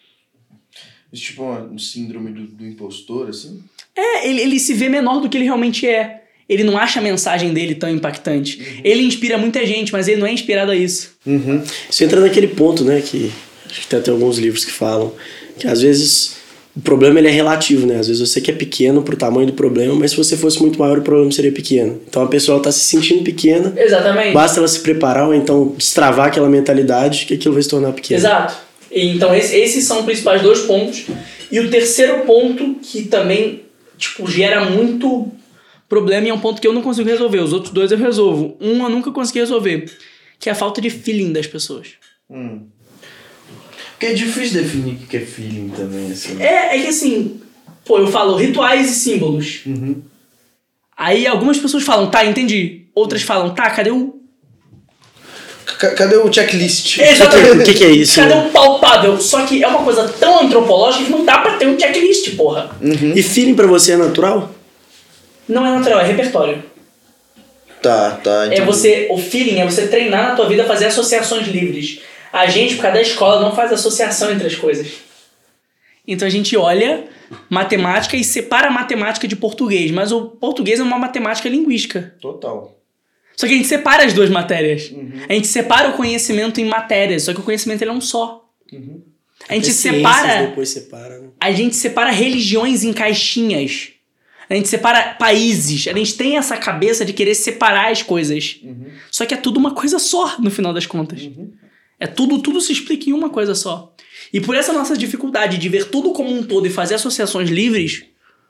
Isso tipo um síndrome do, do impostor, assim? É, ele, ele se vê menor do que ele realmente é. Ele não acha a mensagem dele tão impactante. Uhum. Ele inspira muita gente, mas ele não é inspirado a isso. Uhum. Isso entra naquele ponto, né, que acho que tem até alguns livros que falam, que às vezes o problema ele é relativo, né? Às vezes você que é pequeno pro tamanho do problema, mas se você fosse muito maior, o problema seria pequeno. Então a pessoa está se sentindo pequena. Exatamente. Basta ela se preparar ou então destravar aquela mentalidade que aquilo vai se tornar pequeno. Exato. Então esse, esses são os principais dois pontos. E o terceiro ponto que também tipo, gera muito problema e é um ponto que eu não consigo resolver. Os outros dois eu resolvo. Um eu nunca consegui resolver, que é a falta de feeling das pessoas. Hum. Porque é difícil definir o que é feeling também, assim. É, é que assim, pô, eu falo rituais e símbolos. Uhum. Aí algumas pessoas falam, tá, entendi. Outras falam, tá, cadê o... C- cadê o checklist? Exatamente. O que, que é isso? Cadê o palpável? Só que é uma coisa tão antropológica que não dá pra ter um checklist, porra. Uhum. E feeling pra você é natural? Não é natural, é repertório. Tá, tá. Entendi. É você, o feeling é você treinar na tua vida a fazer associações livres. A gente, por causa da escola, não faz associação entre as coisas. Então a gente olha matemática e separa a matemática de português. Mas o português é uma matemática linguística. Total. Só que a gente separa as duas matérias. Uhum. A gente separa o conhecimento em matérias. Só que o conhecimento ele é um só. Uhum. A gente As separa... ciências depois separa, né? A gente separa religiões em caixinhas. A gente separa países. A gente tem essa cabeça de querer separar as coisas. Uhum. Só que é tudo uma coisa só, no final das contas. Uhum. É tudo, tudo se explica em uma coisa só. E por essa nossa dificuldade de ver tudo como um todo e fazer associações livres,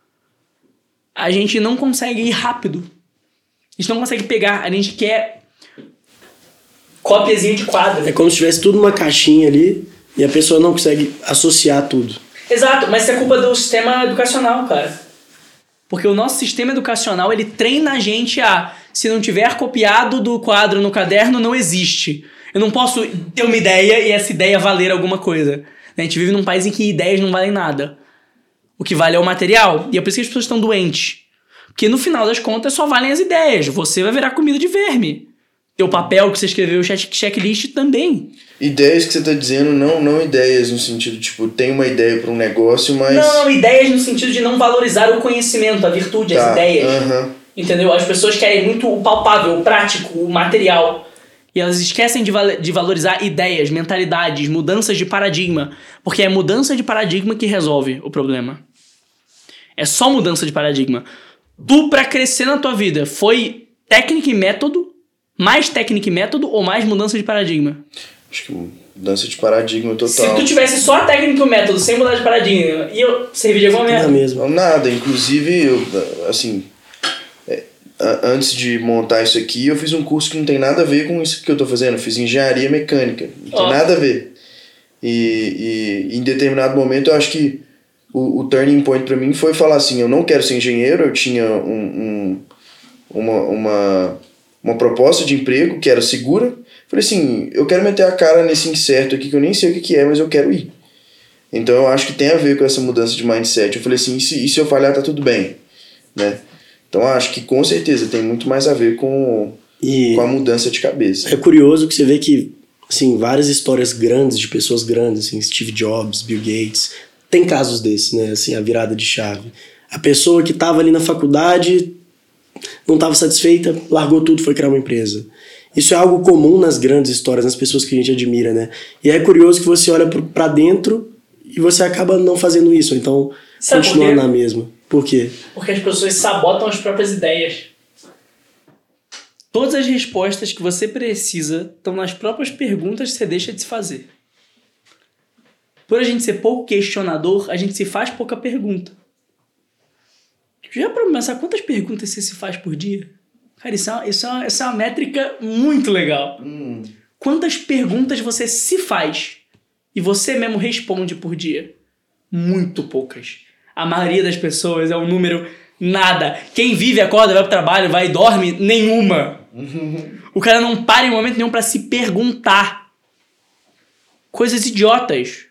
a gente não consegue ir rápido. A gente não consegue pegar. A gente quer cópiazinha de quadro. É como se tivesse tudo numa caixinha ali e a pessoa não consegue associar tudo. Exato, mas isso é culpa do sistema educacional, cara. Porque o nosso sistema educacional, ele treina a gente a... Se não tiver copiado do quadro no caderno, não existe. Eu não posso ter uma ideia e essa ideia valer alguma coisa. A gente vive num país em que ideias não valem nada. O que vale é o material. E é por isso que as pessoas estão doentes. Porque no final das contas só valem as ideias. Você vai virar comida de verme. Teu papel que você escreveu, o checklist também. Ideias que você tá dizendo, não, não ideias no sentido, tipo, tem uma ideia para um negócio, mas... Não, ideias no sentido de não valorizar o conhecimento, a virtude, tá. as ideias. Uhum. Entendeu? As pessoas querem muito o palpável, o prático, o material. E elas esquecem de, val- de valorizar ideias, mentalidades, mudanças de paradigma. Porque é mudança de paradigma que resolve o problema. É só mudança de paradigma. Tu, pra crescer na tua vida, foi técnica e método, mais técnica e método ou mais mudança de paradigma? Acho que mudança de paradigma total. Se tu tivesse só a técnica e o método, sem mudar de paradigma, ia servir de alguma merda? Não mesmo. Não, nada. Inclusive, eu, assim, é, a- antes de montar isso aqui, eu fiz um curso que não tem nada a ver com isso que eu tô fazendo. Eu fiz engenharia mecânica. Não tem Ó. nada a ver. E, e em determinado momento, eu acho que o, o turning point pra mim foi falar assim, eu não quero ser engenheiro. Eu tinha um, um, uma, uma, uma proposta de emprego que era segura. Falei assim, eu quero meter a cara nesse incerto aqui que eu nem sei o que que é, mas eu quero ir. Então eu acho que tem a ver com essa mudança de mindset. Eu falei assim, e se, e se eu falhar tá tudo bem, né? Então eu acho que com certeza tem muito mais a ver com, E com a mudança de cabeça. é curioso que você vê que, assim, várias histórias grandes, de pessoas grandes, assim, Steve Jobs, Bill Gates, tem casos desses, né? Assim, a virada de chave. A pessoa que estava ali na faculdade, não estava satisfeita, largou tudo, foi criar uma empresa. Isso é algo comum nas grandes histórias, nas pessoas que a gente admira, né? E é curioso que você olha pro- pra dentro e você acaba não fazendo isso, então Sabe por continuando quê? na mesma. Por quê? Porque as pessoas sabotam as próprias ideias. Todas as respostas que você precisa estão nas próprias perguntas que você deixa de se fazer. Por a gente ser pouco questionador, a gente se faz pouca pergunta. Já para começar, quantas perguntas você se faz por dia? Cara, isso é uma, isso é uma, isso é uma métrica muito legal. Hum. Quantas perguntas você se faz e você mesmo responde por dia? Muito poucas. A maioria das pessoas é um número nada. Quem vive, acorda, vai pro trabalho, vai e dorme, nenhuma. O cara não para em momento nenhum pra se perguntar. Coisas idiotas.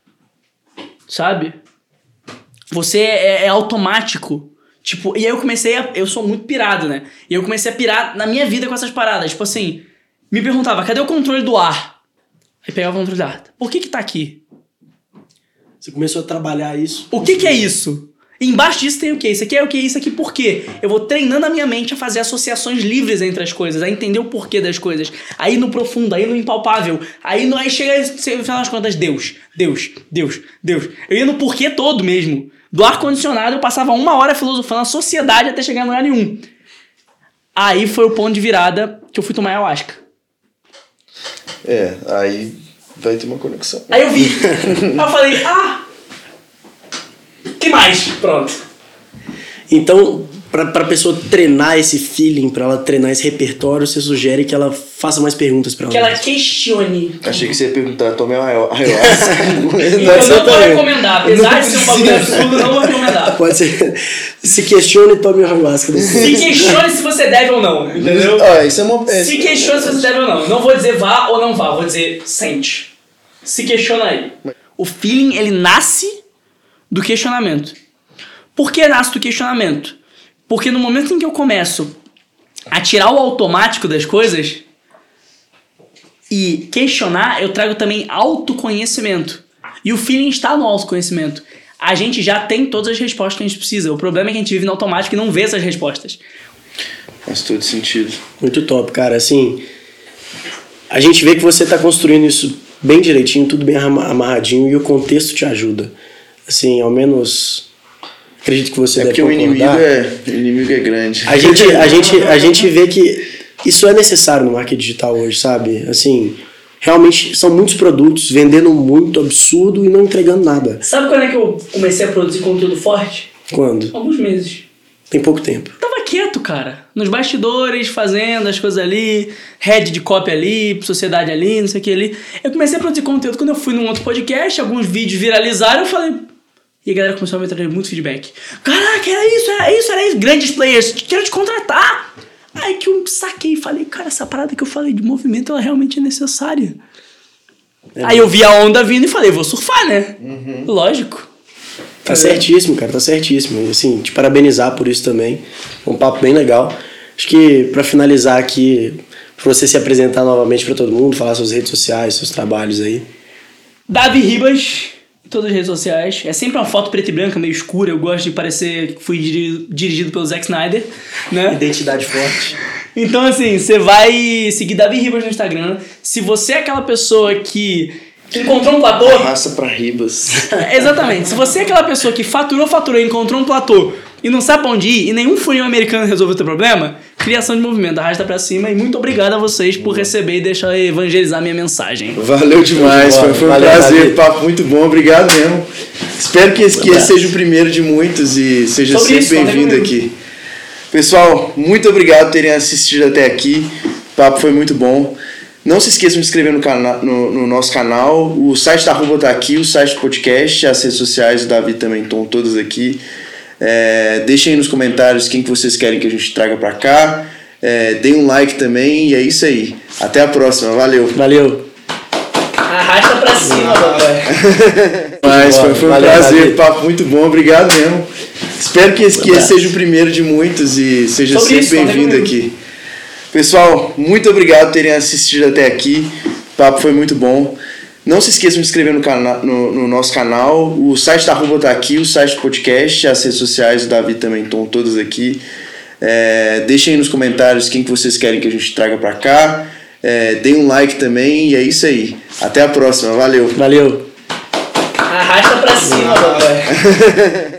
Sabe? Você é, é automático. Tipo, e aí eu comecei a... Eu sou muito pirado, né? E eu comecei a pirar na minha vida com essas paradas. Tipo assim, me perguntava, cadê o controle do ar? Aí pegava o controle do ar. Por que que tá aqui? Você começou a trabalhar isso. O que que é isso? E embaixo disso tem o quê? Isso aqui é o quê? Isso aqui por quê? Eu vou treinando a minha mente a fazer associações livres entre as coisas, a entender o porquê das coisas. Aí no profundo, aí no impalpável. Aí, no, aí chega, no final das contas, Deus. Deus, Deus, Deus. Eu ia no porquê todo mesmo. Do ar-condicionado eu passava uma hora filosofando a sociedade até chegar em lugar nenhum. Aí foi o ponto de virada que eu fui tomar ayahuasca. É, aí vai ter uma conexão. Aí eu vi. Aí eu falei, ah... que mais? Pronto. Então, pra, pra pessoa treinar esse feeling, pra ela treinar esse repertório, você sugere que ela faça mais perguntas pra ela. Que ela questione. Achei que você ia perguntar, tomei uma ayahuasca. Eu não vou recomendar. Apesar de ser um bagulho absurdo, não vou recomendar. Pode ser. Se questione e tome ayahuasca. Se questione se você deve ou não, entendeu? Ah, isso é uma... é- Se questione se você deve ou não. Não vou dizer vá ou não vá, vou dizer sente. Se questiona aí. O feeling, ele nasce do questionamento. Por que nasce do questionamento? Porque no momento em que eu começo a tirar o automático das coisas e questionar, eu trago também autoconhecimento. E o feeling está no autoconhecimento. A gente já tem todas as respostas que a gente precisa. O problema é que a gente vive no automático e não vê essas respostas. Faz todo sentido. Muito top, cara. Assim, a gente vê que você tá construindo isso bem direitinho, tudo bem ama- amarradinho e o contexto te ajuda. Assim, ao menos acredito que você É deve porque o inimigo concordar. é, o inimigo é grande. A gente, a, gente, a gente vê que isso é necessário no marketing digital hoje, sabe? Assim, realmente são muitos produtos vendendo muito absurdo e não entregando nada. Sabe quando é que eu comecei a produzir conteúdo forte? Quando? Alguns meses. Tem pouco tempo. Tava quieto, cara. Nos bastidores, fazendo as coisas ali, head de copy ali, sociedade ali, não sei o que ali. Eu comecei a produzir conteúdo quando eu fui num outro podcast, alguns vídeos viralizaram, eu falei... E a galera começou a me trazer muito feedback. Caraca, era isso, era isso, era isso. Grandes players, quero te contratar. Aí que eu saquei e falei, cara, essa parada que eu falei de movimento, ela realmente é necessária. É Aí eu vi a onda vindo e falei, vou surfar, né? Uhum. Lógico. Tá certíssimo, cara, tá certíssimo. E, assim, te parabenizar por isso também. Um papo bem legal. Acho que pra finalizar aqui, pra você se apresentar novamente pra todo mundo, falar suas redes sociais, seus trabalhos aí. Davi Ribas, em todas as redes sociais. É sempre uma foto preta e branca, meio escura. Eu gosto de parecer que fui diri- dirigido pelo Zack Snyder, né? Identidade forte. Então, assim, você vai seguir Davi Ribas no Instagram. Se você é aquela pessoa que encontrou um platô... Arrasta pra Ribas. Exatamente. Se você é aquela pessoa que faturou, faturou, encontrou um platô e não sabe pra onde ir, e nenhum funil americano resolveu o teu problema, criação de movimento, arrasta pra cima. E muito obrigado a vocês por receber e deixar eu evangelizar minha mensagem. Valeu demais, foi, foi um Valeu, prazer, Davi. papo muito bom, obrigado mesmo. Espero que esse, que esse seja o primeiro de muitos e seja Sobre sempre isso, falei bem-vindo comigo. aqui. Pessoal, muito obrigado por terem assistido até aqui, o papo foi muito bom. Não se esqueçam de se inscrever no, cana- no, no nosso canal, o site da Arroba tá aqui, o site do podcast, as redes sociais do Davi também estão todas aqui. É, deixem aí nos comentários quem que vocês querem que a gente traga pra cá. É, deem um like também e é isso aí. Até a próxima, valeu. Valeu. Arrasta pra cima, papai. Mas foi, foi um Valeu, prazer, Davi. papo muito bom, obrigado mesmo. Espero que esse, que esse abraço. seja o primeiro de muitos e seja Sobre sempre isso, falei bem-vindo comigo. aqui. Pessoal, muito obrigado por terem assistido até aqui, o papo foi muito bom. Não se esqueçam de se inscrever no, cana- no, no nosso canal, o site da Arroba tá aqui, o site do podcast, as redes sociais do Davi também estão todas aqui. É, deixem aí nos comentários quem que vocês querem que a gente traga pra cá. É, deem um like também e é isso aí. Até a próxima, valeu. Valeu. Arrasta pra cima, papai.